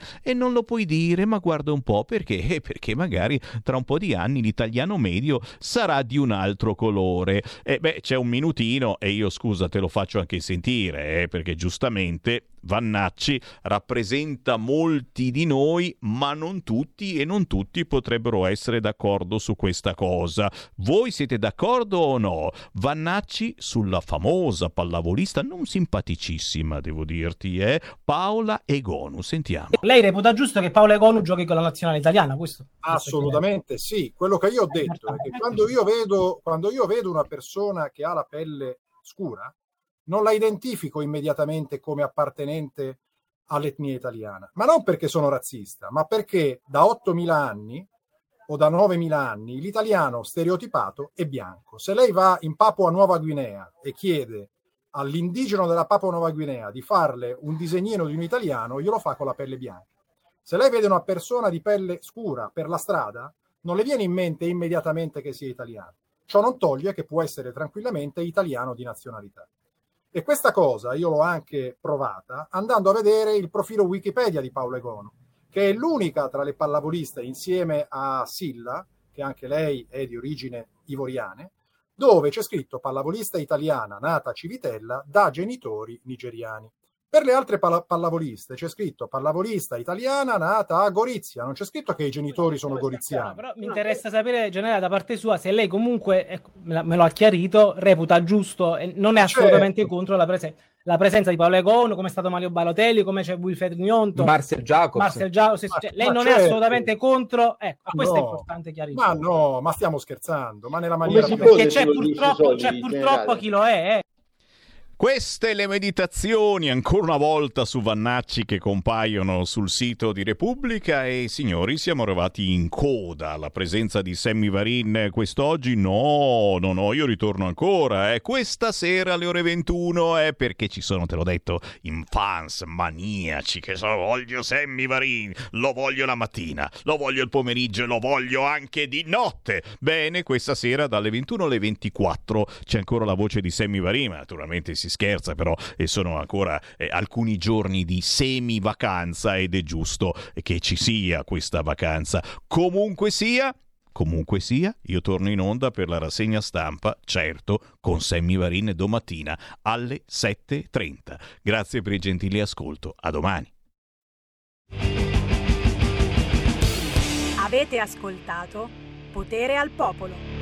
ma guarda un po', perché magari tra un po' di anni l'italiano medio sarà di un altro colore. C'è un minutino e io, scusa, te lo faccio anche sentire, perché giustamente Vannacci rappresenta molti di noi, ma non tutti, e non tutti potrebbero essere d'accordo su questa cosa. Voi siete d'accordo o no? Vannacci sulla famosa pallavolista non simpaticissima, devo dirti, Paola Egonu. Sentiamo. Lei reputa giusto che Paola Egonu giochi con la nazionale italiana? Questo? Assolutamente sì. Quello che io ho detto è che quando io vedo una persona che ha la pelle scura, non la identifico immediatamente come appartenente all'etnia italiana, ma non perché sono razzista, ma perché da 8.000 anni o da 9.000 anni l'italiano stereotipato è bianco. Se lei va in Papua Nuova Guinea e chiede all'indigeno della Papua Nuova Guinea di farle un disegnino di un italiano, glielo fa con la pelle bianca. Se lei vede una persona di pelle scura per la strada, non le viene in mente immediatamente che sia italiano. Ciò non toglie che può essere tranquillamente italiano di nazionalità. E questa cosa io l'ho anche provata andando a vedere il profilo Wikipedia di Paola Egonu, che è l'unica tra le pallavoliste, insieme a Silla, che anche lei è di origine ivoriane, dove c'è scritto pallavolista italiana nata a Civitella da genitori nigeriani. Per le altre pallavoliste c'è scritto pallavolista italiana nata a Gorizia, non c'è scritto che i genitori sono goriziani. Però mi interessa sapere, generale, da parte sua, se lei comunque, me lo ha chiarito, reputa giusto e non è assolutamente contro la presenza di Paola Egonu, come è stato Mario Balotelli, come c'è Wilfred Gnonto, Marcel Jacobs. Lei non è assolutamente contro, questo è importante chiarire. Ma no, ma stiamo scherzando, ma nella maniera perché c'è purtroppo chi lo è. Queste le meditazioni ancora una volta su Vannacci che compaiono sul sito di Repubblica. E signori, siamo arrivati in coda alla presenza di Sammy Varin quest'oggi. No, io ritorno ancora questa sera alle ore 21, perché ci sono, te l'ho detto, fans maniaci che voglio Sammy Varin, lo voglio la mattina, lo voglio il pomeriggio e lo voglio anche di notte. Bene, questa sera dalle 21 alle 24 c'è ancora la voce di Sammy Varin, ma naturalmente si scherza, però sono ancora alcuni giorni di semi vacanza ed è giusto che ci sia questa vacanza. Comunque sia, io torno in onda per la rassegna stampa, certo, con Sammy Varin domattina alle 7:30. Grazie per il gentile ascolto, a domani. Avete ascoltato Potere al Popolo.